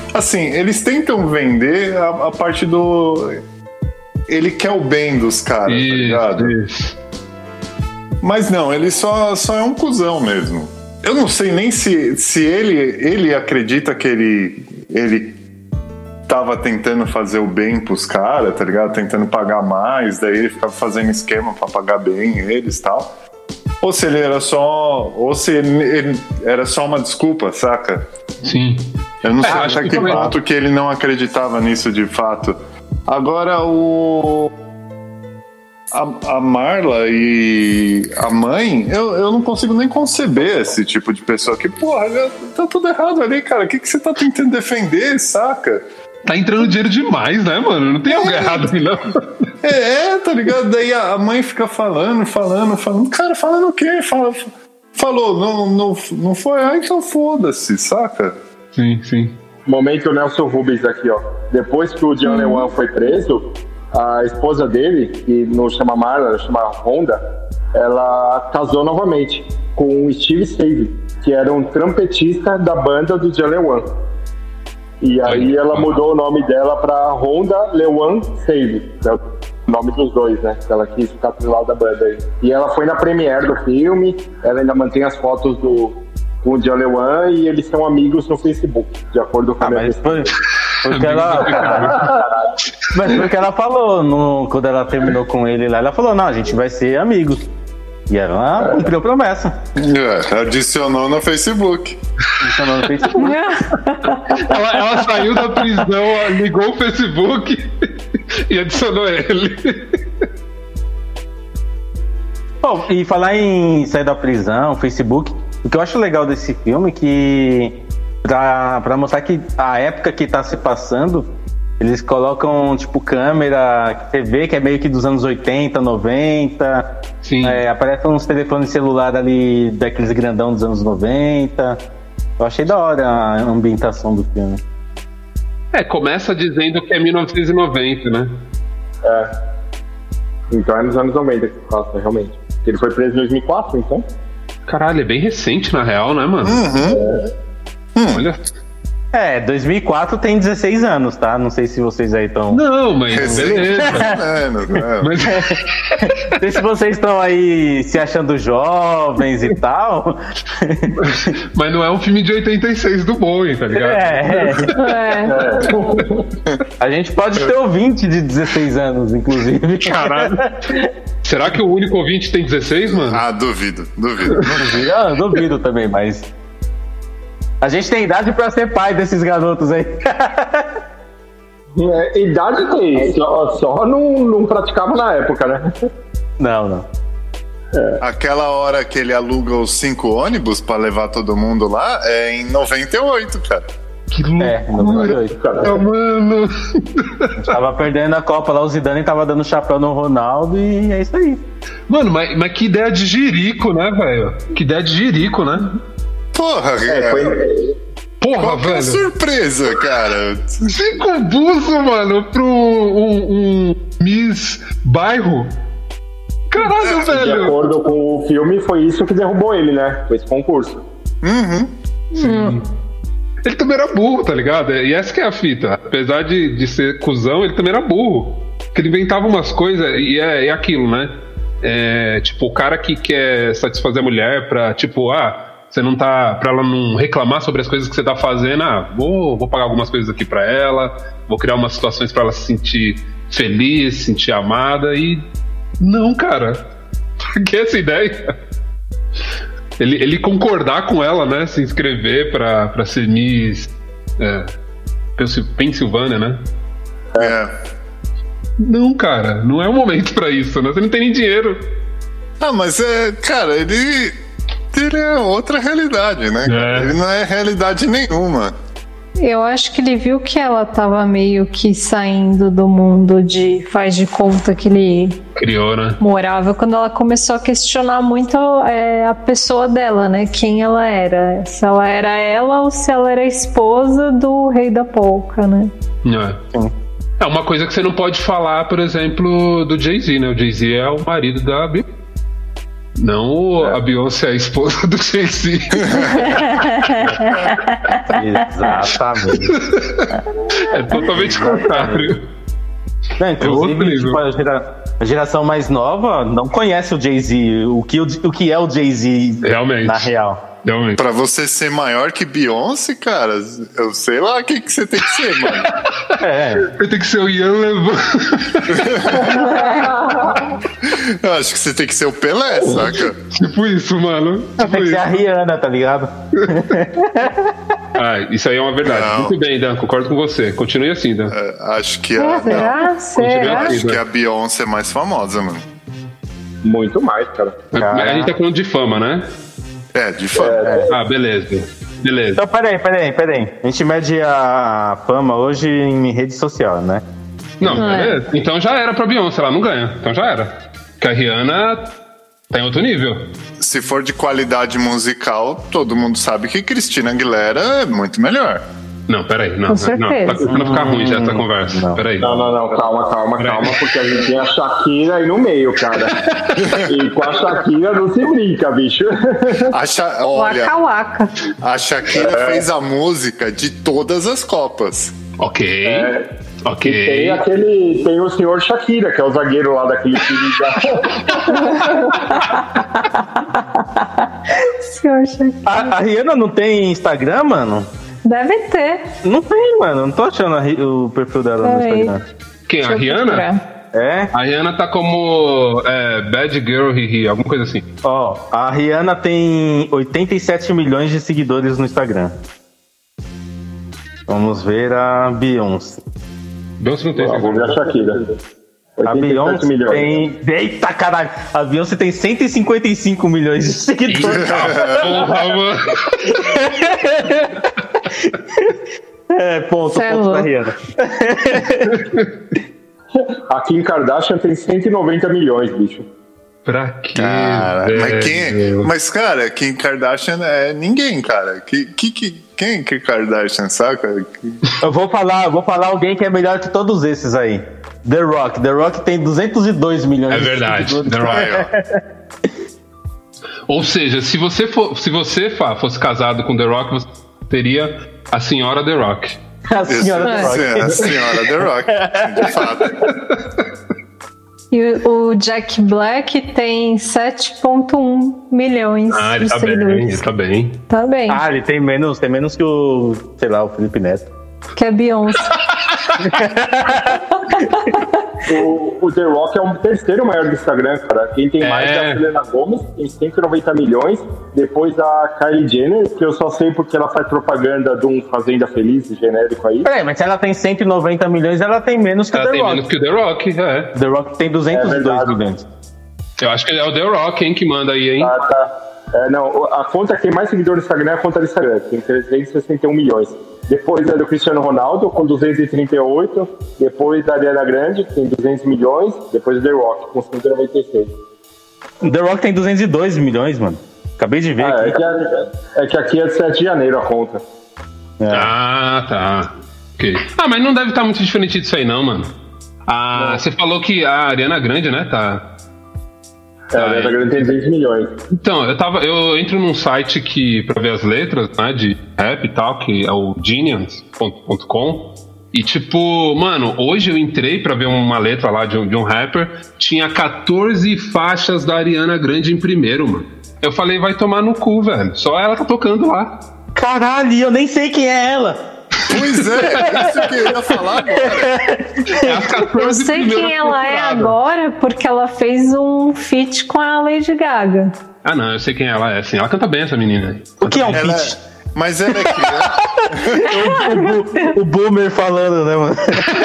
Assim, eles tentam vender a, a parte do... Ele quer o bem dos caras, Isso, tá ligado? isso. Mas não, ele só, só é um cuzão mesmo. Eu não sei nem se, se ele, ele acredita que ele, ele tava tentando fazer o bem pros caras, tá ligado? Tentando pagar mais, daí ele ficava fazendo esquema pra pagar bem eles e tal. Ou se ele era só... Ou se ele, ele era só uma desculpa, saca? Sim. Eu não sei É, até que que também. ponto que ele não acreditava nisso de fato. Agora, o... A, a Marla e a mãe, eu, eu não consigo nem conceber esse tipo de pessoa que, porra, tá tudo errado ali, cara. O que, que você tá tentando defender, saca? Tá entrando dinheiro demais, né, mano? Não tem algo errado aí, não. É, é, tá ligado? Daí a, a mãe fica falando, falando, falando. Cara, falando o quê? Fala, falou, não, não, não foi? Ah, então foda-se, saca? Sim, sim. Momento Nelson Rubens aqui, ó. Depois que o John Lewan foi preso, a esposa dele, que não chama Marla, chama Honda, ela casou novamente com o Steve Stave, que era um trompetista da banda do John Lewan. E aí ela mudou o nome dela pra Honda Lewan Stave, que é o nome dos dois, né? Ela quis ficar do lado da banda aí. E ela foi na premiere do filme, ela ainda mantém as fotos do com o John Lewan e eles são amigos no Facebook, de acordo com Ah, a minha mas pesquisa. foi, foi que ela, mas foi o que ela falou no, quando ela terminou com ele lá. Ela falou, não, a gente vai ser amigos. E ela cumpriu a promessa. É, adicionou no Facebook. Adicionou no Facebook. Ela, ela saiu da prisão, ligou o Facebook e adicionou ele. Bom, e falar em sair da prisão, Facebook, o que eu acho legal desse filme é que, pra, pra mostrar que a época que tá se passando, eles colocam, tipo, câmera que você vê que é meio que dos anos oitenta, noventa. Sim. É, aparecem uns telefones celular ali daqueles grandão dos anos noventa. Eu achei da hora a ambientação do filme. É, começa dizendo que é mil novecentos e noventa, né? É. Então é nos anos noventa que se passa, realmente. Ele foi preso em dois mil e quatro, então? Caralho, é bem recente na real, né, mano? Uhum. Olha. É, dois mil e quatro tem dezesseis anos, tá? Não sei se vocês aí estão... Não, mas Recente, beleza. menos, né? Mas Não sei se vocês estão aí se achando jovens e tal. Mas não é um filme de oitenta e seis do Boeing, tá ligado? É, É. a gente pode ter ouvinte de dezesseis anos, inclusive. Caralho. Será que o único ouvinte tem dezesseis, mano? Ah, duvido, duvido. Duvido, ah, duvido também, mas... A gente tem idade pra ser pai desses garotos aí. É, idade tem, só, só não, não praticava na época, né? Não, não. Aquela hora que ele aluga os cinco ônibus pra levar todo mundo lá é em noventa e oito, cara. Que É, em noventa e oito. loucura, mano. A gente tava perdendo a Copa lá, o Zidane tava dando chapéu no Ronaldo e é isso aí. Mano, mas, mas que ideia de jirico, né, velho? Que ideia de jirico, né? Porra, É, cara. foi, Porra, Qual que é a velho. surpresa, cara? Cinco buços, mano, pro um, um Miss Bairro. Caralho, de velho. acordo com o filme, foi isso que derrubou ele, né? Foi esse concurso. Uhum. Ele também era burro, tá ligado? E essa que é a fita. Apesar de, de ser cuzão, ele também era burro. Porque ele inventava umas coisas e é, é aquilo, né? É, tipo, o cara que quer satisfazer a mulher pra, tipo, ah, você não tá... Pra ela não reclamar sobre as coisas que você tá fazendo, ah, vou, vou pagar algumas coisas aqui pra ela, vou criar umas situações pra ela se sentir feliz, se sentir amada e... Não, cara. Por que essa ideia? Ele, ele concordar com ela, né? Se inscrever pra, pra ser Miss é, Pensilvânia, né? É. Não, cara, não é o momento pra isso, né? Você não tem nem dinheiro. Ah, mas é, cara, ele, ele é outra realidade, né? É. Ele não é realidade nenhuma. Eu acho que ele viu que ela tava meio que saindo do mundo de faz de conta que ele Criou, né? morava, quando ela começou a questionar muito é, a pessoa dela, né? Quem ela era. Se ela era ela ou se ela era a esposa do rei da polca, né? É. É uma coisa que você não pode falar, por exemplo, do Jay-Z, né? O Jay-Z é o marido da Beyoncé. Não a Beyoncé, a esposa do Jay-Z. Exatamente. É totalmente contrário. Não, inclusive, É tipo, a, gera, a geração mais nova não conhece o Jay-Z, o que, o, o que é o Jay-Z Realmente. na real. Realmente. Pra você ser maior que Beyoncé, cara, eu sei lá o que, que você tem que ser, mano. É. Tem que ser o Ian Levan. Eu acho que você tem que ser o Pelé, saca? Tipo isso, mano. Tipo Tem que isso. ser a Rihanna, tá ligado? Ah, isso aí é uma verdade. Não. Muito bem, Dan, concordo com você. Continue assim, Dan. É, acho que a, Ah, não, será? Será? acho que a Beyoncé é mais famosa, mano. Muito mais, cara. Mas a gente tá falando de fama, né? É, de fato. Ah, beleza. Beleza. Então, peraí, peraí, peraí. A gente mede a fama hoje em rede social, né? Não, Não é. beleza. Então já era pra Beyoncé, ela não ganha. Então já era. Porque a Rihanna tá em outro nível. Se for de qualidade musical, todo mundo sabe que Christina Aguilera é muito melhor. Não, peraí. Não, Com não, certeza. tá começando a ficar ruim já essa conversa. Não. Peraí. Não, não, não, calma, calma, calma, porque a gente tem a Shakira aí no meio, cara. E com a Shakira não se brinca, bicho. A Sha- olha, Waka Waka. a Shakira fez a música de todas as Copas. Ok. É. Ok. E tem aquele. Tem o senhor Shakira, que é o zagueiro lá daquele time da. Senhor Shakira. A, a Rihanna não tem Instagram, mano? Deve ter. Não tem, mano. Não tô achando a Ri- o perfil dela no Peraí. Instagram. Quem? A Deixa eu Rihanna? procurar. É? A Rihanna tá como é, Bad Girl Riri, alguma coisa assim. Ó, a Rihanna tem oitenta e sete milhões de seguidores no Instagram. Vamos ver a Beyoncé. Beyoncé não tem Ah, vou ver a Shakira. A oitenta e sete Beyoncé milhões. tem... Eita, caralho! A Beyoncé tem cento e cinquenta e cinco milhões de seguidores. Porra, mano. É, ponto, Cê é ponto da louco. Rihanna. A Kim Kardashian tem cento e noventa milhões, bicho. Pra quê? Cara, velho? mas quem? Mas, cara, Kim Kardashian é ninguém, cara. Que, que, que, quem que Kardashian, saca? Eu vou falar, eu vou falar alguém que é melhor que todos esses aí. The Rock. The Rock tem duzentos e dois milhões É de verdade. seguidores. The Rock. Aí, ó. Ou seja, se você, for, se você Fá, fosse casado com The Rock, você teria a senhora The Rock. A senhora The Rock. Sim, a senhora The Rock, de fato. E o o Jack Black tem sete vírgula um milhões Ah, ele de tá bem, seguidores. ele tá bem. Tá bem. Ah, ele tem menos, tem menos que o, sei lá, o Felipe Neto. Que é Beyoncé. O, o The Rock é o terceiro maior do Instagram, cara. Quem tem mais É. é a Selena Gomez, tem cento e noventa milhões. Depois a Kylie Jenner, que eu só sei porque ela faz propaganda de um Fazenda Feliz genérico aí. Peraí, mas se ela tem cento e noventa milhões, ela tem menos que Ela o The tem Rock. menos que o The Rock, é. The Rock tem duzentos e dois É verdade. milhões. Eu acho que é o The Rock, hein, que manda aí, hein? Ah, tá. É, não, a conta que tem mais seguidores no Instagram é a conta do Instagram, tem trezentos e sessenta e um milhões. Depois é do Cristiano Ronaldo, com duzentos e trinta e oito. Depois da Ariana Grande, que tem duzentos milhões. Depois o The Rock, com cento e noventa e seis. The Rock tem duzentos e dois milhões, mano. Acabei de ver Ah, é, aqui. que a- é que aqui é de sete de janeiro a conta. Ah, tá. Ok. Ah, mas não deve estar muito diferente disso aí, não, mano. Ah, você falou que a Ariana Grande, né, tá... É, a Ariana Grande tem duzentos milhões. Então, eu tava. Eu entro num site que pra ver as letras, né, de rap e tal, que é o genius ponto com. E tipo, mano, hoje eu entrei pra ver uma letra lá de um, de um rapper, tinha quatorze faixas da Ariana Grande em primeiro, mano. Eu falei, vai tomar no cu, velho. Só ela tá tocando lá. Caralho, eu nem sei quem é ela. Pois é, isso que eu ia falar agora. É as Eu quatorze sei primeiras quem ela é procuradas. agora porque ela fez um feat com a Lady Gaga. Ah, não, eu sei quem ela é, sim. Ela canta bem, essa menina aí. O que é um Ela pitch? é- mas ela é criança. O, o Boomer falando, né, mano?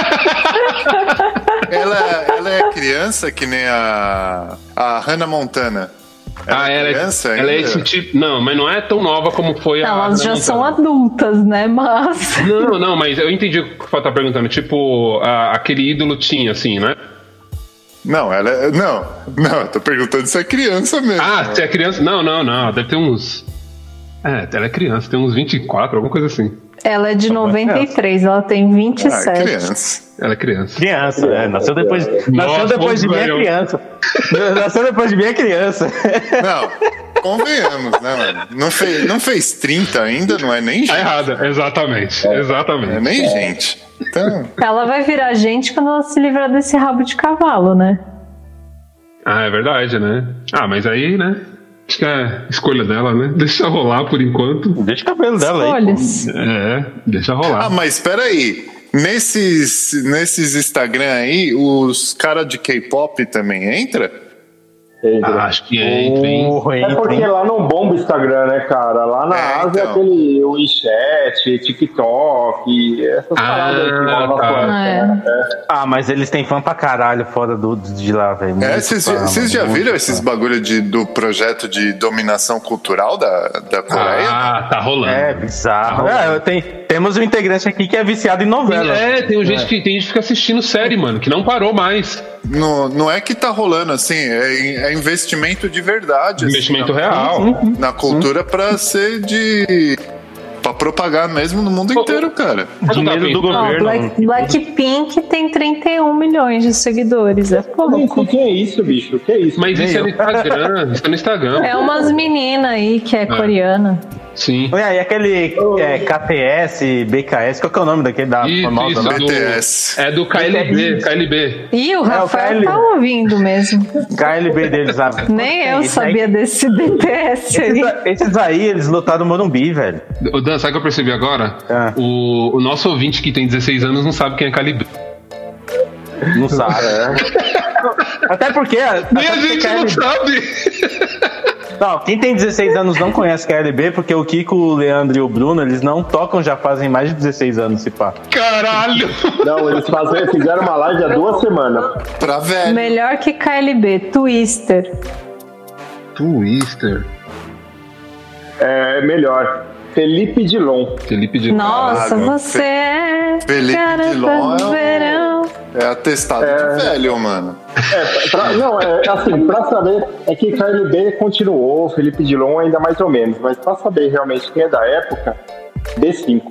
Ela, ela é criança que nem a, a Hannah Montana. Ela ah, é ela, criança é, ela é ainda? esse tipo. Não, mas não é tão nova como foi a. Elas já Hannah são Montana. adultas, né? Mas. Não, não, mas eu entendi o que o Fá tá perguntando. Tipo, a- aquele ídolo tinha, assim, né? Não, ela é. Não, não, eu tô perguntando se é criança mesmo. Ah, se é criança. Não, não, não. Deve ter uns. É, ela é criança, tem uns vinte e quatro, alguma coisa assim. Ela é de noventa e três, ela tem vinte e sete. Ah, criança. Ela é criança. Criança, né? Nasceu depois, Nossa, nasceu depois de mim é velho. criança. Nasceu depois de mim é criança. Não, convenhamos, né, mano? Não fez, não fez trinta ainda, não é nem gente. Tá errada, exatamente. Não é Exatamente. nem gente. Então, Ela vai virar gente quando ela se livrar desse rabo de cavalo, né? Ah, é verdade, né? Ah, mas aí, né? Acho que é a escolha dela, né? Deixa rolar por enquanto. Deixa o cabelo dela aí. Escolhas. É, deixa rolar. ah, mas espera aí. Nesses, nesses Instagram aí, os caras de K-pop também entra? Ah, acho que entra, hein? Porra, É porque hein? lá não bomba o Instagram, né, cara? Lá na É, Ásia é então. aquele WeChat, TikTok, essas Ah, paradas aí que rolam tá. fora. É. Ah, mas eles têm fã pra caralho fora do, de lá, velho. É, Muito vocês fã, vocês já muito viram fã. esses bagulho de, do projeto de dominação cultural da, da Coreia? Ah, tá rolando. É, bizarro. É, eu tenho, temos um integrante aqui que é viciado em novela. É, tem gente, que, tem gente que fica assistindo série, mano, que não parou mais. Não, não é que tá rolando assim, é, é investimento de verdade. assim, Investimento na, real. na cultura pra ser de. Pra propagar mesmo no mundo inteiro, cara. Dinheiro do Não, Ó, governo. Black, Blackpink tem trinta e um milhões de seguidores. É pouco. O que é isso, bicho? O que é isso? Mas isso é no Instagram. Isso é no Instagram. É umas meninas aí que é coreana. Sim. E aí, aquele é, K T S, B K S, qual que é o nome daquele da Isso, famosa isso, lá? B T S. É do K L B. K L B. Ih, o o Rafael K L. tá ouvindo mesmo. K L B deles. sabe? Nem eu Esse aí- sabia desse B T S aí. Esses, esses aí, eles lutaram no Morumbi, velho. Ô, Dan, sabe o que eu percebi agora? Ah. O, o nosso ouvinte que tem dezesseis anos não sabe quem é K L B. Não sabe. Até porque. Nem até a porque gente K L B não sabe. Não, quem tem dezesseis anos não conhece K L B, porque o Kiko, o Leandro e o Bruno, eles não tocam já fazem mais de dezesseis anos, se pá. Caralho. Não, eles fazem, fizeram uma live há duas semanas. Pra velho. Melhor que K L B, Twister. Twister. É melhor. Felipe Dilon. Felipe de Nossa, Caralho, você é Felipe garota Dilon é do o- verão. É atestado de velho, mano. É, pra, não, é assim, pra saber, é que K L B continuou, Felipe Dilon ainda mais ou menos, mas pra saber realmente quem é da época, B cinco.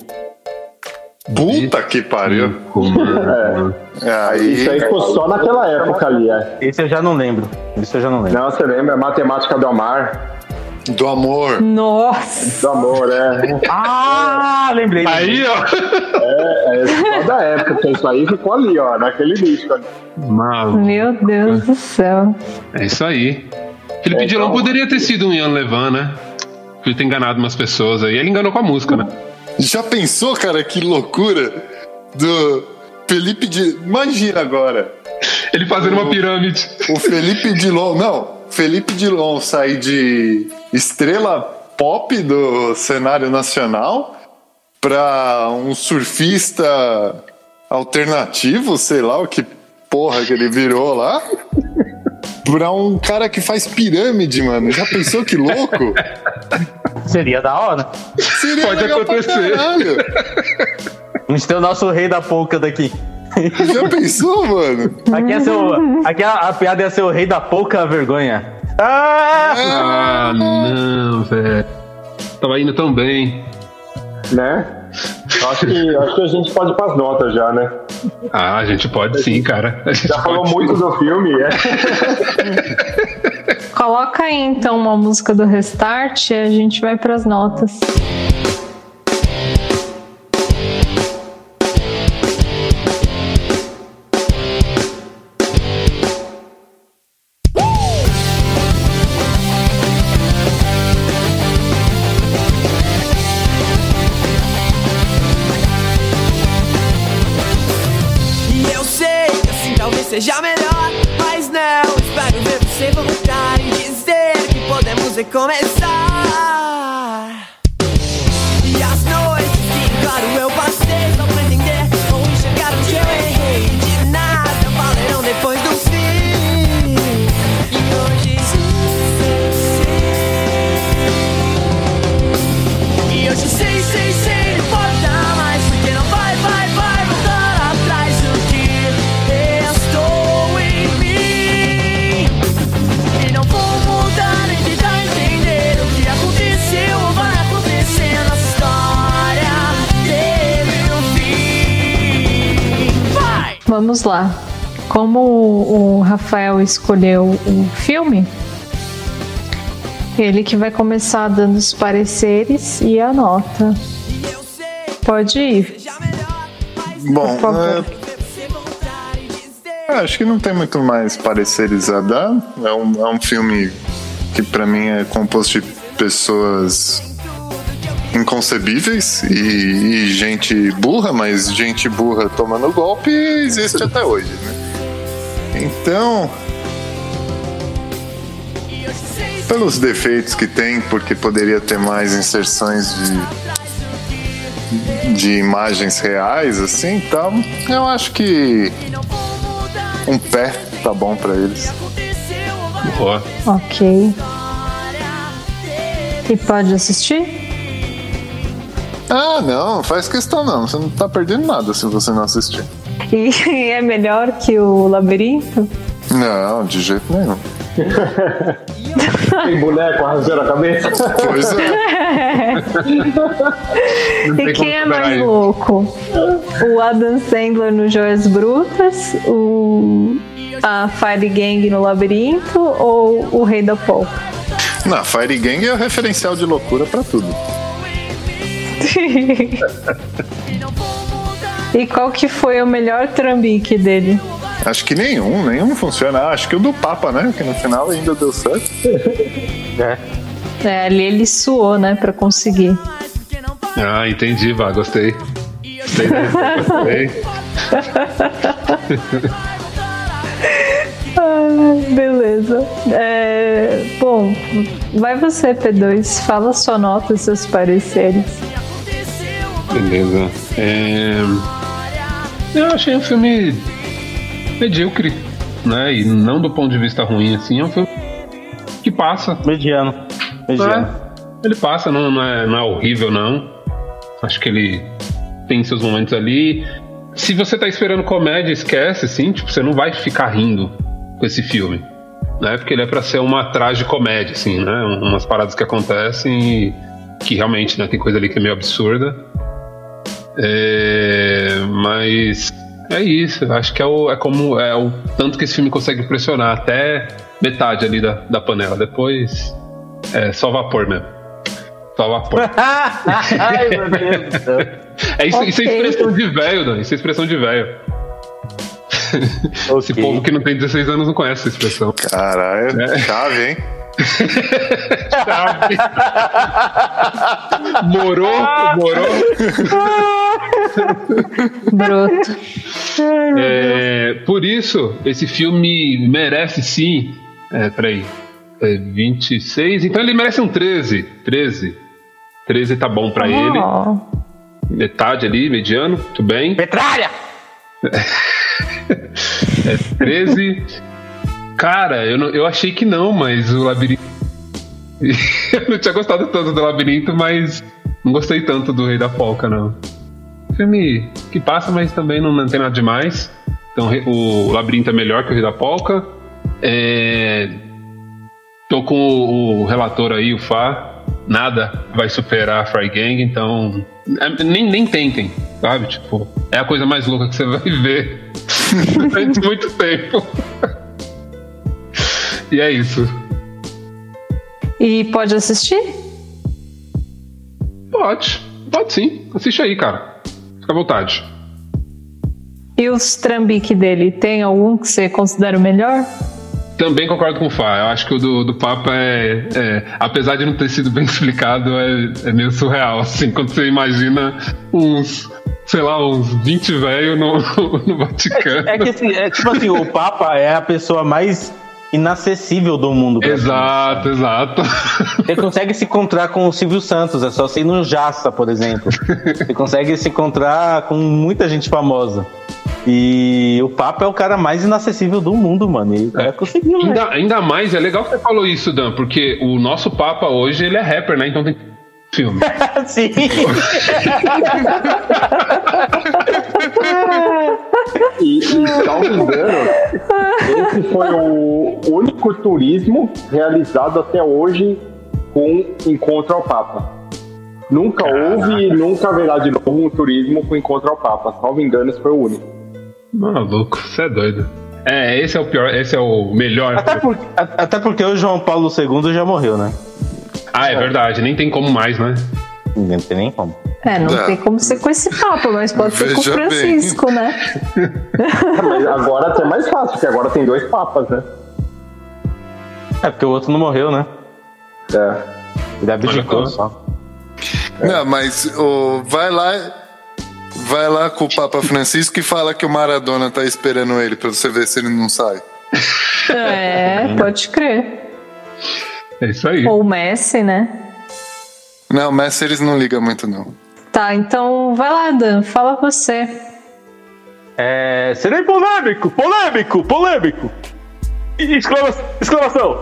Puta que pariu. Mano. É, aí. Isso aí ficou só naquela época ali, é. Esse eu já não lembro. Esse eu já não lembro. Não, você lembra? Matemática do Amar, Do amor. Nossa, do amor, é. Ah, lembrei. Aí, ó. É, é só da época, isso aí ficou ali, ó, naquele disco. Maluco. meu Deus do céu. É isso aí. Felipe É, Dilon então- poderia ter sido um Ian Levan, né? Ele ter enganado umas pessoas aí. Ele enganou com a música, né? Já pensou, cara, que loucura? Do Felipe Dilon. Imagina agora. Ele fazendo uma pirâmide. O Felipe Dilon. Não, Felipe Dilon sair de estrela pop do cenário nacional pra um surfista alternativo, sei lá o que porra que ele virou lá. Pra um cara que faz pirâmide, mano. Já pensou que louco? Seria da hora. Seria Pode legal pra acontecer. caralho. A gente tem o nosso rei da polca daqui. Já pensou, mano? Aqui, é seu, aqui a, a piada ia ser o rei da pouca vergonha. Ah! Ah, não, velho. Tava indo tão bem. Né? Acho que, acho que a gente pode ir pras notas já, né? Ah, a gente pode sim, cara. A gente Já falou pode muito sim. do filme, é. Coloca aí então uma música do Restart e a gente vai pras notas. E eu sei que assim talvez seja melhor, mas não, espero ver você voltar e dizer que podemos recomeçar. E as noites que, claro, eu passei só pra entender ou enxergar onde eu errei, de nada valerão depois do fim. E hoje E hoje sei, sei, sei, não importa mais, porque não vai, vai, vai voltar atrás do que estou em mim. E não vou mudar nem tentar entender o que aconteceu. Vamos lá. Como o Rafael escolheu o filme, ele que vai começar dando os pareceres e a nota. Pode ir. Bom, Por favor. é, acho que não tem muito mais pareceres a dar. É um, é um filme que pra mim é composto de pessoas inconcebíveis e, e gente burra, mas gente burra tomando golpe existe até hoje, né? Então, pelos defeitos que tem, porque poderia ter mais inserções de, de imagens reais, assim, tal, eu acho que um pé tá bom pra eles. Boa. Ok. E pode assistir? Ah, não, faz questão não, você não tá perdendo nada se você não assistir. E é melhor que o Labirinto? Não, de jeito nenhum. Tem boneco arranjando a cabeça. Pois é. Não tem E quem como é superar mais isso. louco? O Adam Sandler no Joias Brutas? O... A Fire Gang no Labirinto? Ou o Rei da Polka? Não, Fire Gang é o referencial de loucura pra tudo. E qual que foi o melhor trambique dele? Acho que nenhum, nenhum funciona. Ah, acho que o do Papa, né? Que no final ainda deu certo. É, ali ele suou, né, pra conseguir. Ah, entendi, Vá, gostei. Gostei, né? Gostei. Ah, beleza. É, bom, vai você, P dois. Fala sua nota e seus pareceres. Beleza. É... Eu achei um filme medíocre, né? E não do ponto de vista ruim, assim. É um filme que passa. Mediano. Mediano. É, ele passa, não, não, é, não é horrível, não. Acho que ele tem seus momentos ali. Se você tá esperando comédia, esquece, assim. Tipo, você não vai ficar rindo com esse filme, né? Porque ele é pra ser uma tragicomédia, assim, né? Umas paradas que acontecem e que realmente, né, tem coisa ali que é meio absurda. É, mas é isso, acho que é, o, é como é o tanto que esse filme consegue impressionar até metade ali da, da panela. Depois é só vapor mesmo. Só vapor. Ai, meu Deus do céu. É isso, Ok. isso é expressão de velho, Dan. Isso é expressão de velho. Esse Ok. povo que não tem dezesseis anos não conhece essa expressão. Caralho, é chave, hein? Chave. Morou, morou. Broto. É, por isso, esse filme merece sim. É, peraí. É vinte e seis. Então ele merece um treze. treze. treze tá bom pra ele. Oh. Metade ali, mediano, tudo bem. Petralha! É treze. Cara, eu, não, eu achei que não, mas o Labirinto. Eu não tinha gostado tanto do Labirinto, mas não gostei tanto do Rei da Polka, não. Filme que passa, mas também não, não tem nada demais. Então o Labirinto é melhor que o Rei da Polka. É... Tô com o, o relator aí, o Fá. Nada vai superar a Fry Gang, então é, nem, nem tentem, sabe? Tipo, é a coisa mais louca que você vai ver durante muito tempo. E é isso. E pode assistir? Pode, pode sim. Assiste aí, cara. Fica à vontade. E os trambique dele, tem algum que você considera o melhor? Também concordo com o Fá. Eu acho que o do, do Papa é, é. Apesar de não ter sido bem explicado, é, é meio surreal. Assim, quando você imagina uns. Sei lá, uns vinte velhos no, no Vaticano. É que assim, é, tipo assim, o Papa é a pessoa mais inacessível do mundo. Exato, exato. Você consegue se encontrar com o Silvio Santos, é só você ir no Jaça, por exemplo. Você consegue se encontrar com muita gente famosa. E o Papa é o cara mais inacessível do mundo, mano. E o cara conseguiu, né? Ainda, ainda mais, é legal que você falou isso, Dan, porque o nosso Papa hoje, ele é rapper, né? Então tem filme. Sim. E, e salvo engano, esse foi o único turismo realizado até hoje com encontro ao Papa. Nunca houve e nunca haverá de novo um turismo com encontro ao Papa. Salvo engano, esse foi o único. Maluco, você é doido. É, esse é o pior, esse é o melhor. Até, por, até porque o João Paulo segundo já morreu, né? Ah, é verdade, nem tem como mais, né? Não tem nem como. É, não É. tem como ser com esse papo, mas pode ser com o Veja bem. Francisco, né? Mas agora até é mais fácil, porque agora tem dois papas, né? É porque o outro não morreu, né? É. Ele abdicou Olha só. Não, mas o, vai lá, vai lá com o Papa Francisco e fala que o Maradona tá esperando ele pra você ver se ele não sai. É, pode crer. É isso aí. Ou o Messi, né? Não, o Messi eles não ligam muito, não. Tá, então vai lá, Dan, fala você. É, serei polêmico, polêmico, polêmico. Exclama- Exclamação.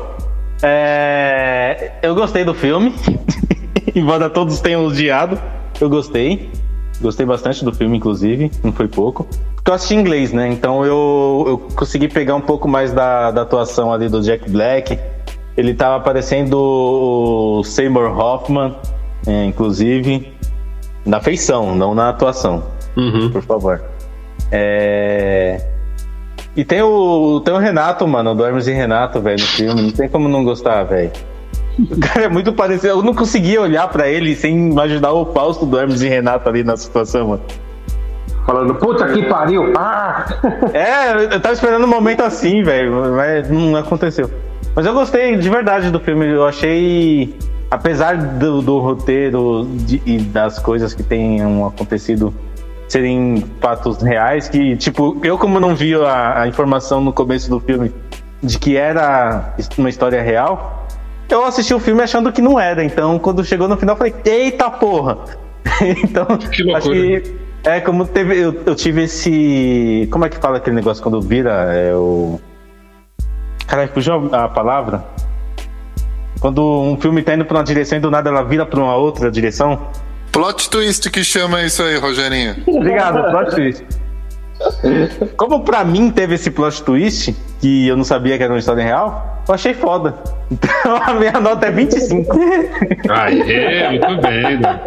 É, eu gostei do filme. Embora todos tenham odiado, eu gostei. Gostei bastante do filme, inclusive. Não foi pouco. Porque eu assisti em inglês, né? Então eu, eu consegui pegar um pouco mais da, da atuação ali do Jack Black. Ele tava aparecendo o Seymour Hoffman, é, inclusive. Na feição, não na atuação. Uhum. Por favor. É... E tem o, tem o Renato, mano, do Hermes e Renato, velho, no filme. Não tem como não gostar, velho. O cara é muito parecido. Eu não conseguia olhar pra ele sem imaginar o Fausto do Hermes e Renato ali na situação, mano. Falando, puta que pariu! Ah! É, eu tava esperando um momento assim, velho, mas não aconteceu. Mas eu gostei de verdade do filme. Eu achei, apesar do, do roteiro de, e das coisas que tenham acontecido serem fatos reais, que, tipo, eu como não vi a, a informação no começo do filme de que era uma história real, eu assisti o filme achando que não era. Então, quando chegou no final, eu falei, eita porra! Então, Que loucura. acho que é como teve, eu, eu tive esse... Como é que fala aquele negócio quando vira? É o... Caralho, fugiu a palavra? Quando um filme tá indo pra uma direção e do nada ela vira pra uma outra direção. Plot twist que chama isso aí, Rogerinho. Obrigado, plot twist. Como pra mim teve esse plot twist, que eu não sabia que era uma história real, eu achei foda. Então a minha nota é vinte e cinco. Aê, muito bem. Né?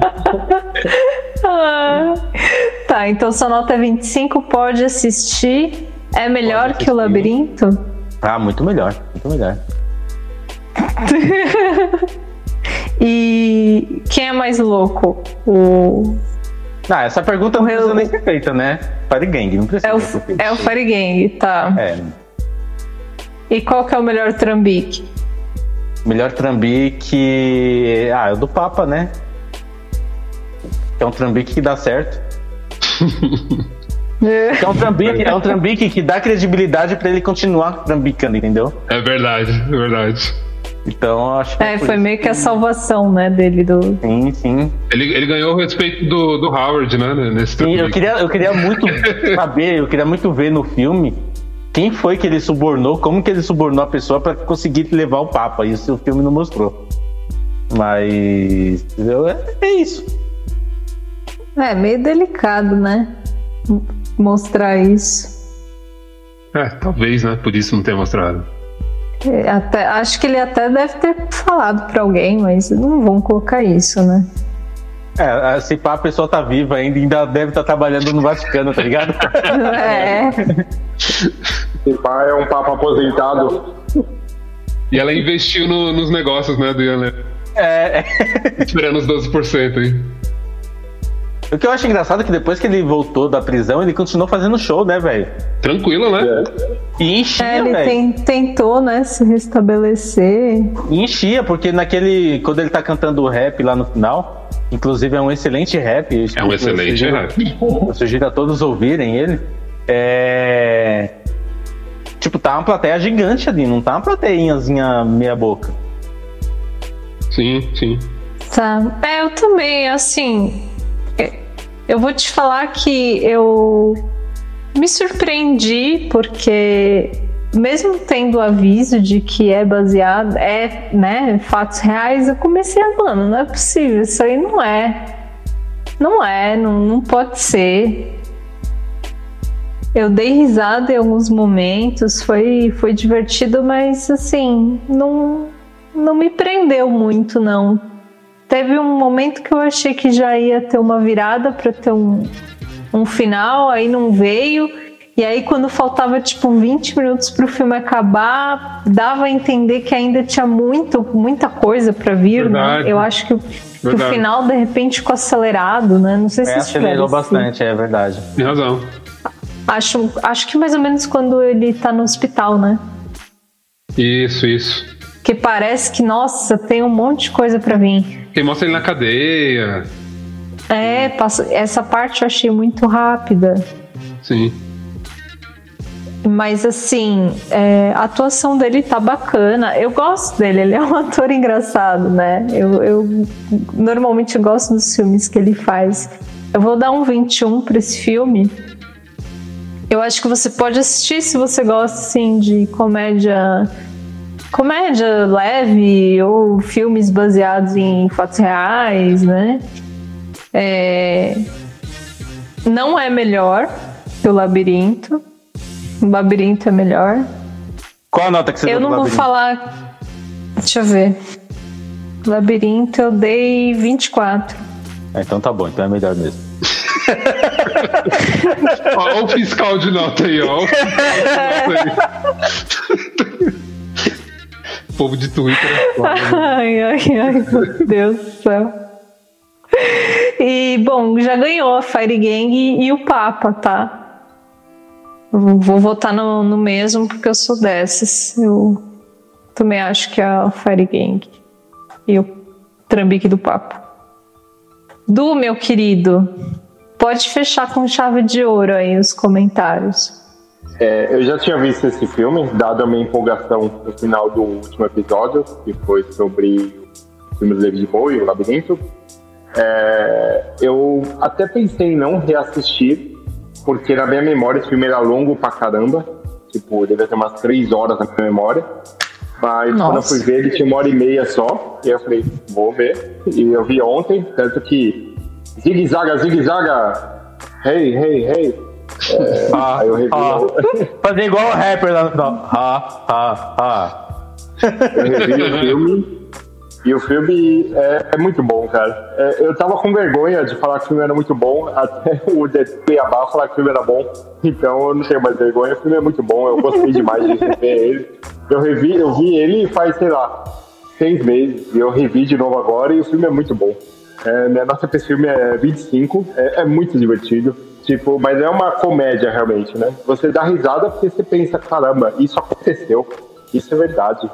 Ah, tá, então sua nota é vinte e cinco, pode assistir. É melhor Pode que o assistir. Labirinto? Ah, muito melhor, muito melhor. E quem é mais louco? O... Ah, essa pergunta não precisa nem ser feita, né? Fire Gang, não precisa É o, ser feita. é o Fire Gang, tá. É, E qual que é o melhor trambique? melhor trambique... Ah, é o do Papa, né? É um trambique que dá certo. É um trambique, é um trambique que dá credibilidade pra ele continuar trambicando, entendeu? É verdade, é verdade. Então, eu acho que É, por foi isso. meio que a salvação, né, dele do... Sim, sim. Ele, ele ganhou o respeito do, do Howard, né? Nesse Sim, eu trambique. queria, eu queria muito saber, eu queria muito ver no filme quem foi que ele subornou, como que ele subornou a pessoa pra conseguir levar o Papa. Isso o filme não mostrou. Mas eu, é, é isso. É, meio delicado, né? M- Mostrar isso. É, talvez, né? Por isso não ter mostrado. É, até, acho que ele até deve ter falado pra alguém, mas não vão colocar isso, né? É, se pá, a pessoa tá viva ainda, ainda deve estar trabalhando no Vaticano, tá ligado? É, Esse pai é um papa aposentado. E ela investiu no- nos negócios, né, do Ian Lehmann. É, é. Esperando os doze por cento aí. O que eu acho engraçado é que depois que ele voltou da prisão, ele continuou fazendo show, né, velho? Tranquilo, né? E enchia, é, ele velho. tem- tentou, né, se restabelecer. E enchia, porque naquele. Quando ele tá cantando o rap lá no final, inclusive é um excelente rap. eu É um excelente sugiro- rap. Eu sugiro a todos ouvirem ele. É. Tipo, tá uma plateia gigante ali, não tá uma plateinhazinha meia boca. Sim, sim. Tá. É, eu também, assim. é, Eu vou te falar que eu me surpreendi, porque mesmo tendo o aviso de que é baseado, é, né, fatos reais, eu comecei a, mano, não é possível, isso aí não é. Não é, não, não pode ser. Eu dei risada em alguns momentos, foi, foi divertido, mas assim, não, não me prendeu muito, não. Teve um momento que eu achei que já ia ter uma virada para ter um, um final, aí não veio. E aí, quando faltava, tipo, vinte minutos pro filme acabar, dava a entender que ainda tinha muito, muita coisa pra vir, né? Eu acho que, o- que o final, de repente, ficou acelerado, né? Não sei se É, vocês tiveram acelerou esse- bastante, é verdade. Tem razão. Acho, acho que mais ou menos quando ele tá no hospital, né? Isso, isso. Que parece que, nossa, tem um monte de coisa pra vir. Quem mostra ele na cadeia. É, passa, essa parte eu achei muito rápida. Sim. Mas assim, é, a atuação dele tá bacana. Eu gosto dele, ele é um ator engraçado, né? Eu, eu normalmente gosto dos filmes que ele faz. Eu vou dar um vinte e um pra esse filme. Eu acho que você pode assistir se você gosta assim, de comédia. Comédia leve ou filmes baseados em fatos reais, né? É, não é melhor que o Labirinto. O Labirinto é melhor. Qual a nota que você Eu deu não pro vou Labirinto? falar. Deixa eu ver. Labirinto eu dei vinte e quatro. Ah, então tá bom, então é melhor mesmo. Ó, ó o fiscal de nota aí, ó. O fiscal de nota aí. Povo de Twitter. Ai, ai, ai, meu Deus do céu. E, bom, já ganhou a Fire Gang e o Papa, tá? Eu vou votar no, no mesmo porque eu sou dessas. Eu também acho que é a Fire Gang e o Trambique do Papa. Du, meu querido, pode fechar com chave de ouro aí os comentários. É, eu já tinha visto esse filme, dado a minha empolgação no final do último episódio, que foi sobre o filme do David Bowie, O Labirinto. É, eu até pensei em não reassistir, porque na minha memória esse filme era longo pra caramba. Tipo, devia ter umas três horas na minha memória. Mas Nossa. quando eu fui ver, ele tinha uma hora e meia só. E eu falei, vou ver. E eu vi ontem, tanto que zigue-zaga, zigue-zaga, hey, hey, hey. É, Ah, aí eu revi, ah. o- Fazer igual o rapper lá no final. Ha, ha, ha. eu revi o filme. E o filme é, é muito bom, cara. É, eu tava com vergonha de falar que o filme era muito bom, até o D T Cuiabá falar que o filme era bom. Então eu não tenho mais vergonha. O filme é muito bom, eu gostei demais de rever ele. Eu, revi, eu vi ele faz, sei lá, seis meses. E eu revi de novo agora e o filme é muito bom. É, minha nota pra esse filme é vinte e cinco. É, é muito divertido. Tipo, mas é uma comédia realmente, né? Você dá risada porque você pensa, caramba, isso aconteceu. Isso é verdade.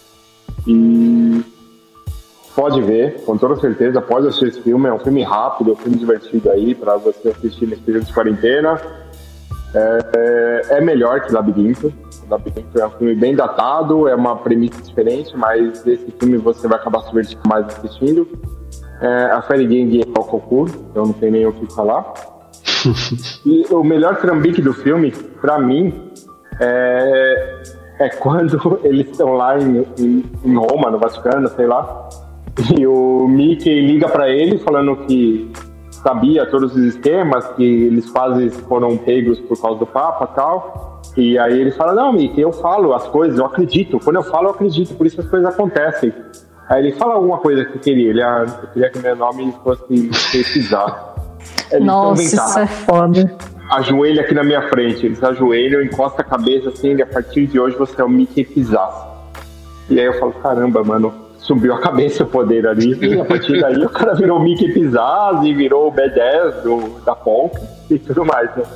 E pode ver, com toda certeza, pode assistir esse filme. É um filme rápido, é um filme divertido aí pra você assistir nesse período de quarentena. É, é, é melhor que Labirinto. Labirinto é um filme bem datado, é uma premissa diferente, mas esse filme você vai acabar se divertindo mais assistindo. É, a Fairy Gang é o concurso, então não tem nem o que falar. E o melhor trambique do filme, pra mim, é, é quando eles estão lá em, em, em Roma, no Vaticano, sei lá, e o Mickey liga pra ele falando que sabia todos os esquemas, que eles quase foram pegos por causa do Papa e tal. E aí ele fala, não, Mickey, eu falo as coisas, eu acredito. Quando eu falo, eu acredito, por isso as coisas acontecem. Aí ele fala alguma coisa que queria. Ele, ah, eu queria que meu nome fosse pesquisar. Eles Nossa, inventam, isso é foda. ajoelha aqui na minha frente. Eles ajoelham, encosta a cabeça assim, e a partir de hoje você é o Mickey Pizzazz. E aí eu falo, caramba, mano, subiu a cabeça o poder ali. E a partir daí o cara virou o Mickey Pizzazz e virou o B dez do, da Polka e tudo mais, né?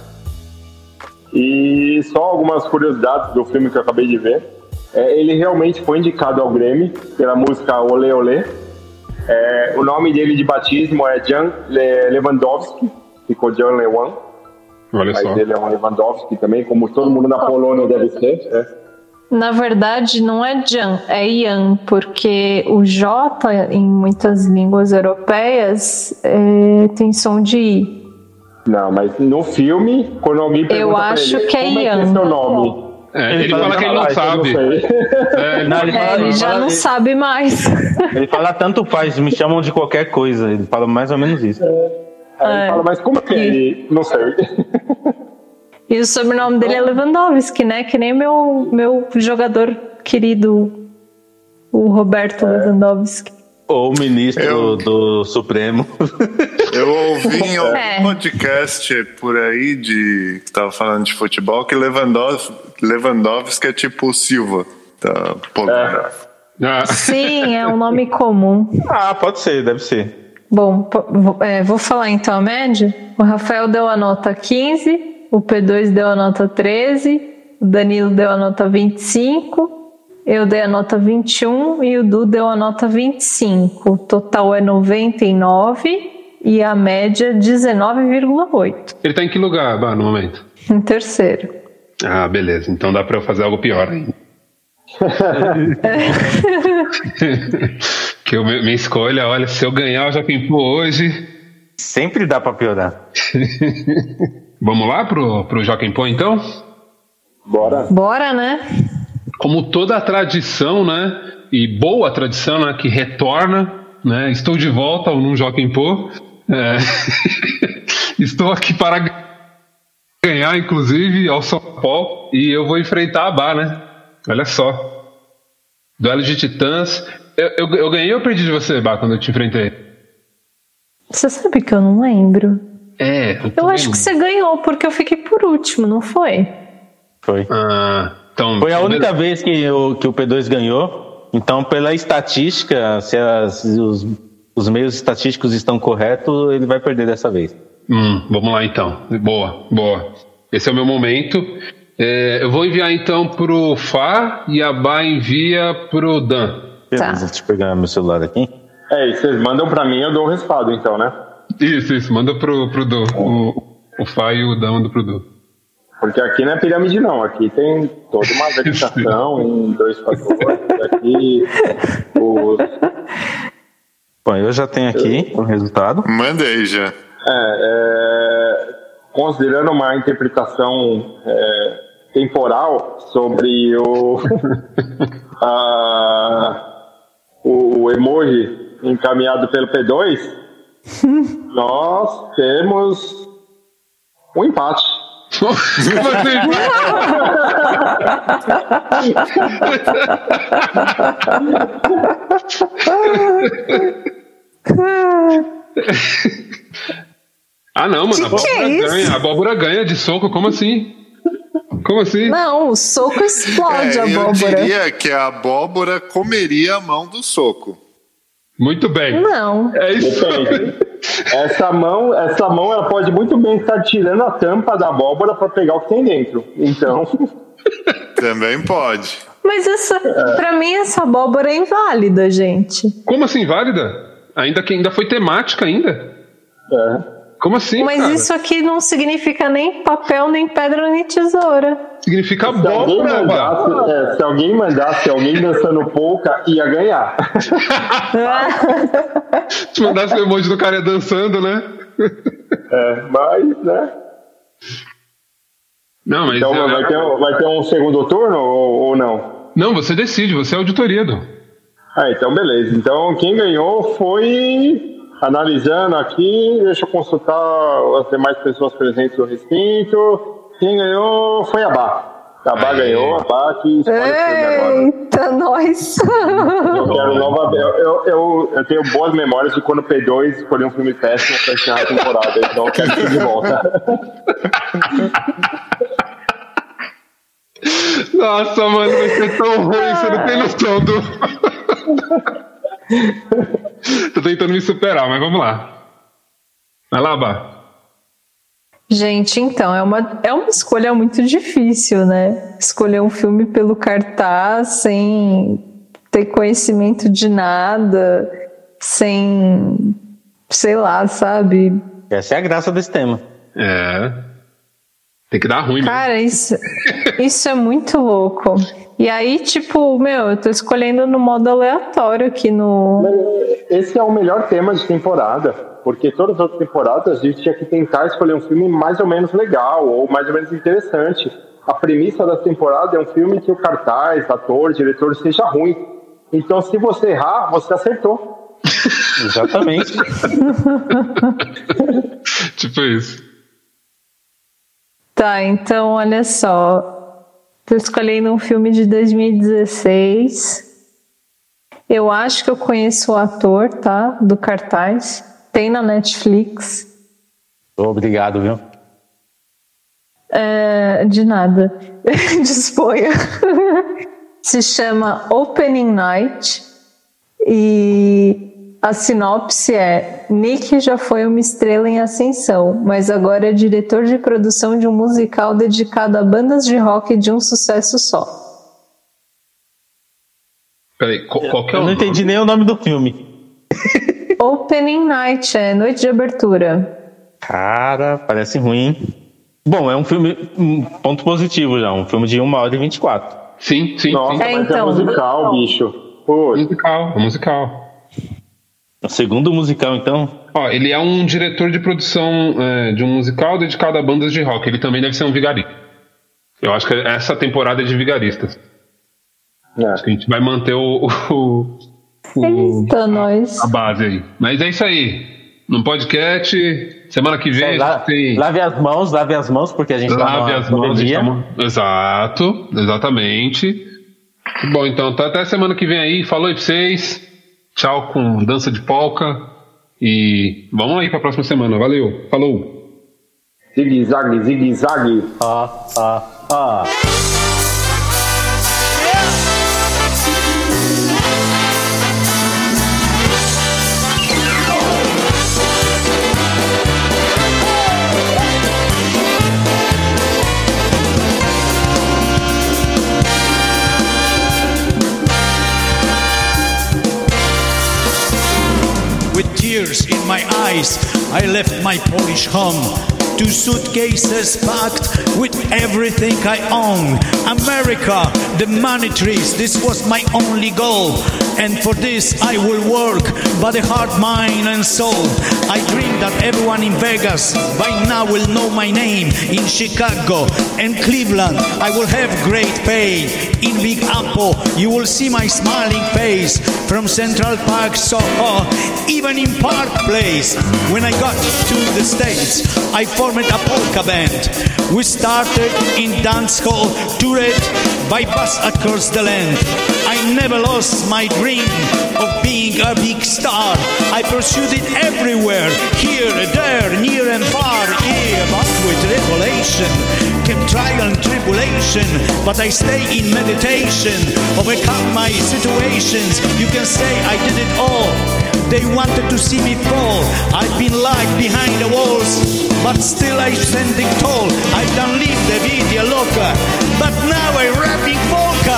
E só algumas curiosidades do filme que eu acabei de ver. É, ele realmente foi indicado ao Grammy pela música Olé Olé. É, o nome dele de batismo é Jan Le- Lewandowski, ficou Jan Lewan, Olha mas só. ele é um Lewandowski também, como todo mundo na Polônia deve ser. É. Na verdade, não é Jan, é Ian, porque o J em muitas línguas europeias é, tem som de I. Não, mas no filme, quando alguém pergunta Eu pra acho ele, que é como é que é Ian. seu nome? É, Ele ele, fala fala que ele não Ah, então sabe. eu não sei. É, ele Não, fala- ele É, fala- ele já fala- não ele- sabe mais. Ele fala tanto faz, me chamam de qualquer coisa. Ele fala mais ou menos isso. Aí ele É. fala, mas como que é? Ele, não sei. E o sobrenome dele é Lewandowski, né? Que nem meu, meu jogador querido, o Roberto Lewandowski. Ou o ministro Eu- do Supremo. Eu ouvi em algum É. podcast por aí de que tava falando de futebol que Lewandowski, Lewandowski é tipo o Silva da Polônia. Ah, Sim, é um nome comum. Ah, pode ser, deve ser. Bom, po- vou- é, vou falar então a média. O Rafael deu a nota quinze, o P dois deu a nota treze, o Danilo deu a nota vinte e cinco, eu dei a nota vinte e um e o Du deu a nota vinte e cinco. O total é noventa e nove e a média dezenove vírgula oito. ele tá em que lugar, Bah, no momento? Em terceiro. Ah, beleza. Então dá pra eu fazer algo pior ainda. Que eu, minha escolha, olha, se eu ganhar o Joaquim Pô hoje. Sempre dá pra piorar. Vamos lá pro, pro Joaquim Pô, então? Bora. Bora, né? Como toda a tradição, né? E boa tradição, né? Que retorna, né? Estou de volta ao Num Joaquim Pô. É, estou aqui para ganhar, inclusive, ao São Paulo. E eu vou enfrentar a Bá, né? Olha só. Duelo de titãs. Eu, eu, eu ganhei ou perdi de você, Bá, quando eu te enfrentei? Você sabe que eu não lembro. É. Eu também acho não. que você ganhou, porque eu fiquei por último, não foi? Foi. Ah, então, Foi a única vez que o, que o P dois ganhou. Então, pela estatística, se, as- se os, os meios estatísticos estão corretos, ele vai perder dessa vez. Hum, vamos lá então. Boa, boa. Esse é o meu momento. É, eu vou enviar então pro Fá e a Bá envia pro Dan. Beleza, deixa eu pegar meu celular aqui. É, e vocês mandam pra mim, eu dou o respaldo, então, né? Isso, isso. Manda pro, pro Du. O, o Fá e o Dan mandam pro Du. Porque aqui não é pirâmide, não. Aqui tem toda uma verificação em dois fatores. Aqui, os... Bom, eu já tenho aqui o resultado. Manda aí já. É, é, considerando uma interpretação é, temporal sobre o, a, o emoji encaminhado pelo P dois, nós temos um empate. Como assim? Ah, não, mano. A Que que é abóbora isso? ganha. A abóbora ganha de soco. Como assim? Como assim? Não, o soco explode a É, eu abóbora. diria que a abóbora comeria a mão do soco. Muito bem. Não. É isso. Depende. Essa mão, essa mão ela pode muito bem estar tirando a tampa da abóbora para pegar o que tem dentro. Então, Também pode. Mas essa, pra mim, essa abóbora é inválida, gente. Como assim, válida? Ainda que ainda foi temática ainda? é. Como assim, Mas cara? isso aqui não significa nem papel, nem pedra, nem tesoura. Significa Se alguém, abóbora, Bá. mandasse, é, se alguém mandasse alguém dançando polka, ia ganhar. Se mandasse o emoji do cara dançando, né? É, mas, né? Não, mas... Então eu- vai ter, um- vai ter um segundo turno ou, ou não? Não, você decide. Você é a auditoria, Du. Ah, então beleza. Então quem ganhou foi... Analisando aqui, deixa eu consultar as demais pessoas presentes no recinto. Quem ganhou foi a Bá. A Bá Aê. ganhou, a Bá que escolhe o filme agora. Eita, nós! Eu quero nova. Eu, eu, eu, eu tenho boas memórias de quando o P dois escolheu um filme péssimo pra encerrar a temporada. Então eu quero isso de volta. Nossa, mano, vai ser tão ruim, você não tem noção, Du. Tô tentando me superar, mas vamos lá. Vai lá, Bá. Gente, então, é uma, é uma escolha muito difícil, né? Escolher um filme pelo cartaz, sem ter conhecimento de nada, sem, sei lá, sabe? Essa é a graça desse tema. É. Tem que dar ruim, mesmo. Cara, isso, isso é muito louco. E aí, tipo, meu, eu tô escolhendo no modo aleatório aqui no... Esse é o melhor tema de temporada, porque todas as outras temporadas a gente tinha que tentar escolher um filme mais ou menos legal, ou mais ou menos interessante. A premissa da temporada é um filme que o cartaz, ator, diretor seja ruim. Então, se você errar, você acertou. Exatamente. Tipo isso. Tá, então, olha só. Tô escolhendo um filme de dois mil e dezesseis. Eu acho que eu conheço o ator, tá? Do cartaz. Tem na Netflix. Obrigado, viu? É, de nada. Disponha. Se chama Opening Night. E a sinopse é: Nick já foi uma estrela em ascensão, mas agora é diretor de produção de um musical dedicado a bandas de rock de um sucesso só. Peraí, qual, qual que é o Eu não nome? entendi nem o nome do filme. Opening Night, é noite de abertura. Cara, parece ruim. Bom, é um filme, um ponto positivo já, um filme de uma hora e vinte e quatro. Sim, sim, Nossa, sim. É, mas então. é musical, bicho. Pô, Musical, é musical. O segundo musical, então. Ó, ele é um diretor de produção é, de um musical dedicado a bandas de rock. Ele também deve ser um vigarista. Eu acho que essa temporada é de vigaristas. é. Acho que a gente vai manter o, o, o- Eita, nós. a base aí. Mas é isso aí. No podcast, semana que vem a La- gente tem... Lave as mãos, lave as mãos, porque a gente tá Lave numa as mãos. a gente pandemia. tá mo- Exato, exatamente. Bom, então, tá até semana que vem aí. Falou aí pra vocês. Tchau com dança de polca. E vamos aí pra próxima semana. Valeu. Falou. Zigue-zague, zigue-zague. Ó, ó, ó. With tears in my eyes, I left my Polish home. Two suitcases packed with everything I own. America, the money trees, this was my only goal. And for this I will work, body, heart, mind and soul. I dream that everyone in Vegas by now will know my name. In Chicago and Cleveland I will have great pay. In Big Apple you will see my smiling face. From Central Park, Soho, even in Park Place. When I got to the States, I formed a polka band. We started in dance hall, toured by bus across the land. I never lost my dream of being a big star. I pursued it everywhere, here, there, near and far. Yeah, but with revelation came trial and tribulation. But I stay in meditation, overcome my situations. You can say I did it all. They wanted to see me fall. I've been locked behind the walls, but still I'm standing tall. I don't leave the video loca, but now I'm rapping polka.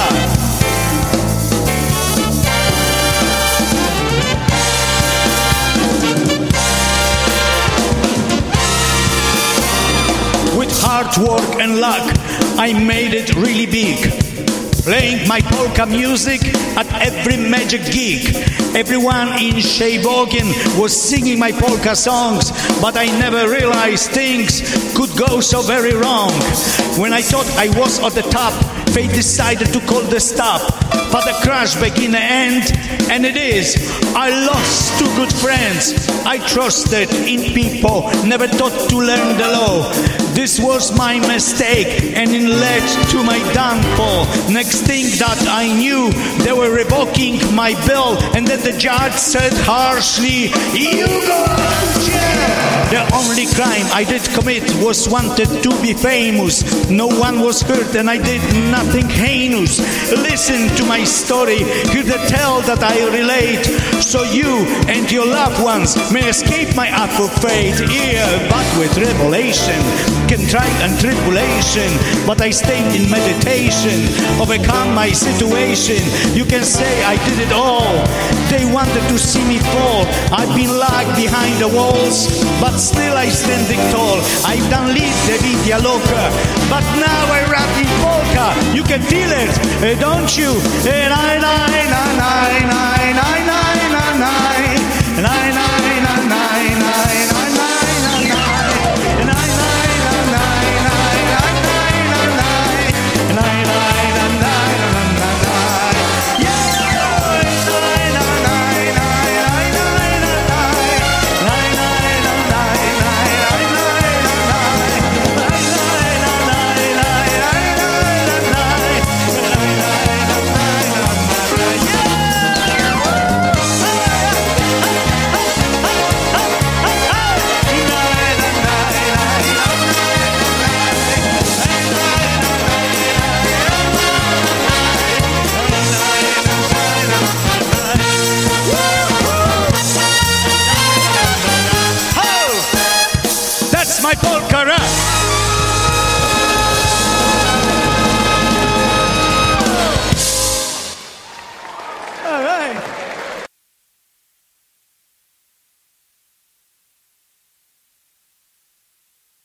With hard work and luck, I made it really big. Playing my polka music at every magic gig. Everyone in Sheboygan was singing my polka songs, but I never realized things could go so very wrong. When I thought I was at the top, fate decided to call the stop. But the crash began the end, and it is. I lost two good friends. I trusted in people, never thought to learn the law. This was my mistake, and it led to my downfall. Next thing that I knew, they were revoking my bill, and then the judge said harshly, "You go to jail." The only crime I did commit was wanted to be famous. No one was hurt, and I did nothing heinous. Listen to my story, hear the tale that I relate, so you and your loved ones may escape my awful fate. Yeah, but with revelation can try and tribulation, but I stayed in meditation, overcome my situation. You can say I did it all. They wanted to see me fall. I've been locked behind the walls, but still I standing tall. I don't leave the Vidya Loca, but now I rap in polka. You can feel it, eh, don't you? Eh, nine, nine, nine, nine, nine, nine, nine.